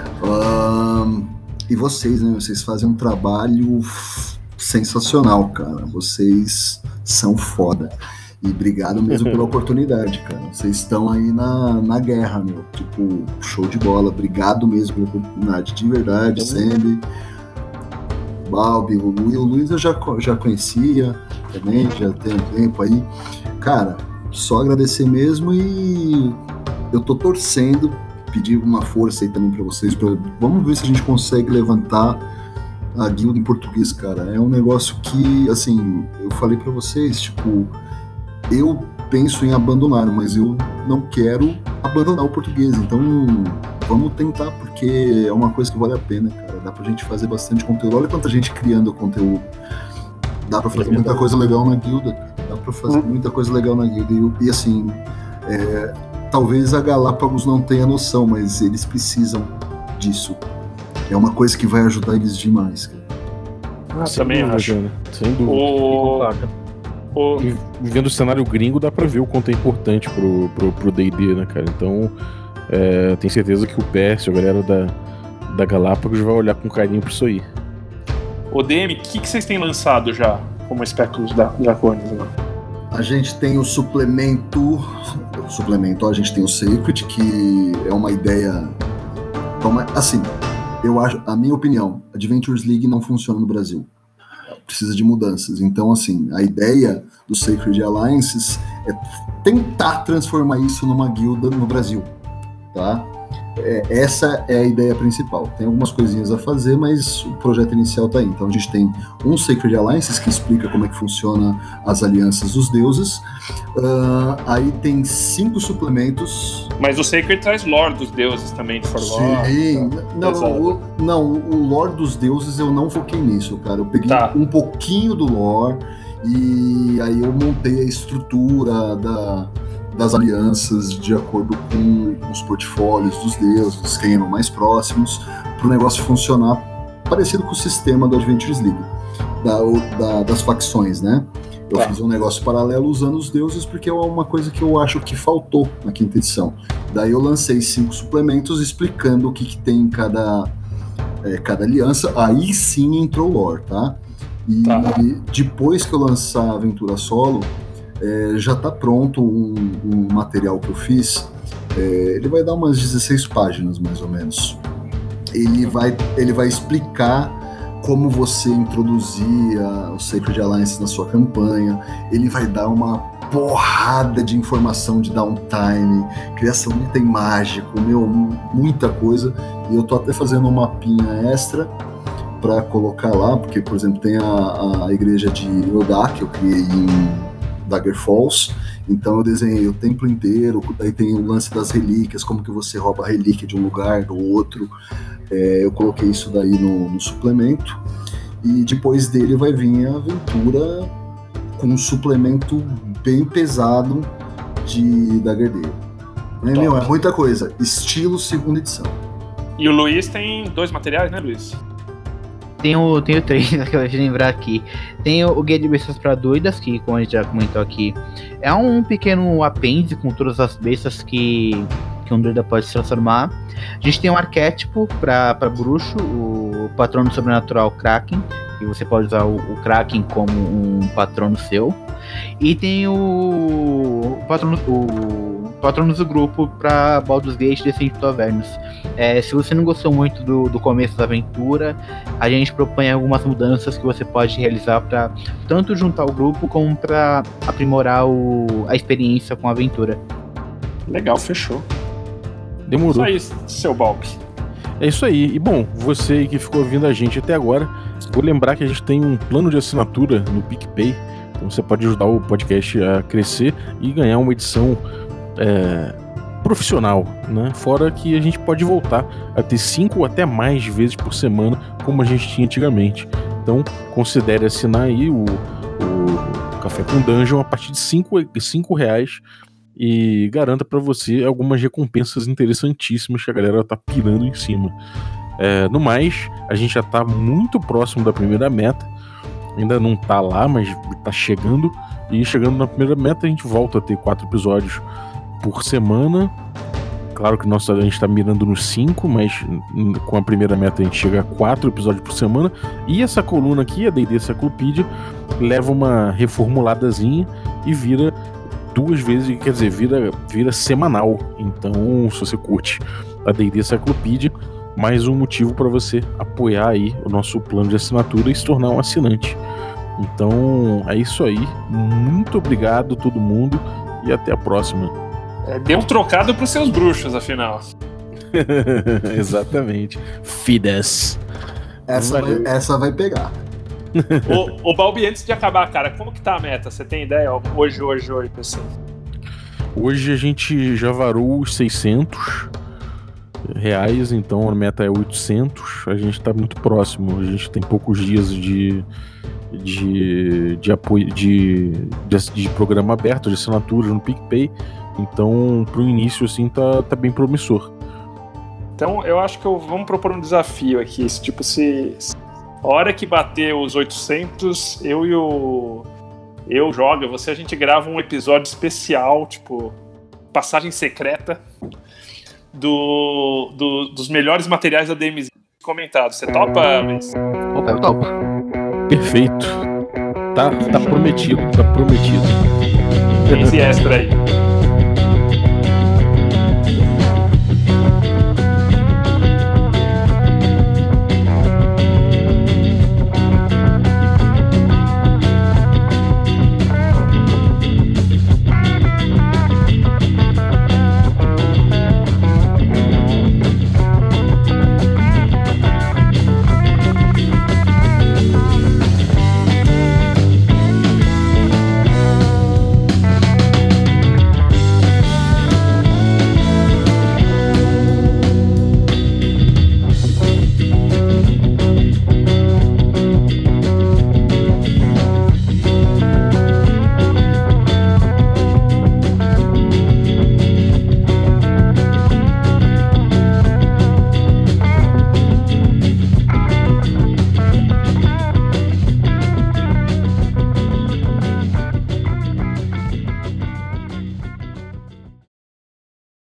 E vocês, né, vocês fazem um trabalho sensacional, cara. Vocês são foda. E obrigado mesmo pela oportunidade, cara. Vocês estão aí na guerra, meu. Tipo, show de bola. Obrigado mesmo pela oportunidade, de verdade, sempre. Balbi, o Luiz eu já conhecia também, já tem um tempo aí. Cara, só agradecer mesmo e eu tô torcendo, pedir uma força aí também pra vocês. Vamos ver se a gente consegue levantar a guilda em português, cara. É um negócio que, assim, eu falei pra vocês, tipo, eu penso em abandonar, mas eu não quero abandonar o português. Então, vamos tentar, porque é uma coisa que vale a pena, cara. Dá pra gente fazer bastante conteúdo. Olha quanta gente criando conteúdo. Dá pra fazer muita coisa legal na guilda, cara. Dá pra fazer muita coisa legal na guilda. E assim, talvez a Galápagos não tenha noção, mas eles precisam disso. É uma coisa que vai ajudar eles demais, cara. Também acho. Cara, sem dúvida. Concordo. E vendo o cenário gringo, dá pra ver o quanto é importante pro D&D, né, cara? Então, tenho certeza que o Pércio, a galera da Galápagos, vai olhar com carinho pra isso aí. O DM, o que vocês têm lançado já como Espéculos Dracones? Né? A gente tem o suplemento, a gente tem o Sacred, que é uma ideia... Assim, eu acho, a minha opinião, Adventures League não funciona no Brasil. Precisa de mudanças. Então, assim, a ideia do Sacred Alliances é tentar transformar isso numa guilda no Brasil, tá? Essa é a ideia principal. Tem algumas coisinhas a fazer, mas o projeto inicial tá aí. Então a gente tem um Sacred Alliances que explica como é que funciona as alianças dos deuses. Aí tem 5 suplementos. Mas o Sacred traz lore dos deuses também, de Forlorn. Sim, o lore dos deuses eu não foquei nisso, cara. Eu peguei um pouquinho do lore e aí eu montei a estrutura das alianças de acordo com os portfólios dos deuses, quem eram mais próximos, para o negócio funcionar parecido com o sistema do Adventures League, das facções, né? Eu fiz um negócio paralelo usando os deuses porque é uma coisa que eu acho que faltou na 5ª edição. Daí eu lancei 5 suplementos explicando o que tem em cada aliança. Aí sim entrou o lore, tá? E depois que eu lançar a aventura solo, já está pronto um material que eu fiz. Ele vai dar umas 16 páginas, mais ou menos. Ele vai explicar como você introduzir o Sacred Alliance na sua campanha. Ele vai dar uma porrada de informação de downtime, criação de item mágico, muita coisa. E eu tô até fazendo um mapinha extra para colocar lá, porque, por exemplo, tem a igreja de Yodá, que eu criei em Dagger Falls, então eu desenhei o templo inteiro, daí tem o lance das relíquias, como que você rouba a relíquia de um lugar, do outro, eu coloquei isso daí no suplemento, e depois dele vai vir a aventura com um suplemento bem pesado de Dagger Day. É muita coisa, estilo 2ª edição. E o Luiz tem 2 materiais, né, Luiz? Tenho 3, que eu vou lembrar aqui. Tem o Guia de Bestas para Doidas, que, como a gente já comentou aqui, é um pequeno apêndice com todas as bestas que um druida pode se transformar. A gente tem um arquétipo para bruxo, o patrono sobrenatural Kraken, que você pode usar o Kraken como um patrono seu. E tem o patronos do grupo para Baldur's Gate Descent to Avernus. Se você não gostou muito do começo da aventura, a gente propõe algumas mudanças que você pode realizar para tanto juntar o grupo como para aprimorar a experiência com a aventura. Legal, fechou. Demorou. Isso aí, seu Balk. É isso aí. E bom, você que ficou ouvindo a gente até agora, vou lembrar que a gente tem um plano de assinatura no PicPay. Então você pode ajudar o podcast a crescer e ganhar uma edição profissional, né? Fora que a gente pode voltar a ter 5 ou até mais vezes por semana, como a gente tinha antigamente. Então considere assinar aí o Café com Dungeon a partir de R$5 e garanta para você algumas recompensas interessantíssimas que a galera tá pirando em cima. No mais, a gente já tá muito próximo da primeira meta. Ainda não tá lá, mas tá chegando. E chegando na primeira meta, a gente volta a ter 4 episódios por semana. Claro que a gente tá mirando nos 5, mas com a primeira meta a gente chega a 4 episódios por semana. E essa coluna aqui, a D&D Cyclopedia, leva uma reformuladazinha e vira 2 vezes, quer dizer, vira semanal. Então, se você curte a D&D Cyclopedia, mais um motivo para você apoiar aí o nosso plano de assinatura e se tornar um assinante. Então, é isso aí. Muito obrigado a todo mundo e até a próxima. Deu um trocado pros seus bruxos, afinal. Exatamente. Fides. Essa vai pegar. Ô Balbi, antes de acabar, cara, como que tá a meta? Você tem ideia? Hoje, PC. Hoje a gente já varou os R$600, então a meta é 800. A gente tá muito próximo. A gente tem poucos dias de apoio de programa aberto, de assinatura no PicPay. Então, pro início, assim, tá bem promissor. Então, eu acho que vamos propor um desafio aqui. Tipo, se a hora que bater os 800, eu jogo, a gente grava um episódio especial, tipo, passagem secreta dos melhores materiais da DMZ comentados. Você topa, Luiz? Opa, eu topo. Perfeito. Tá prometido, tá prometido. Esse extra aí.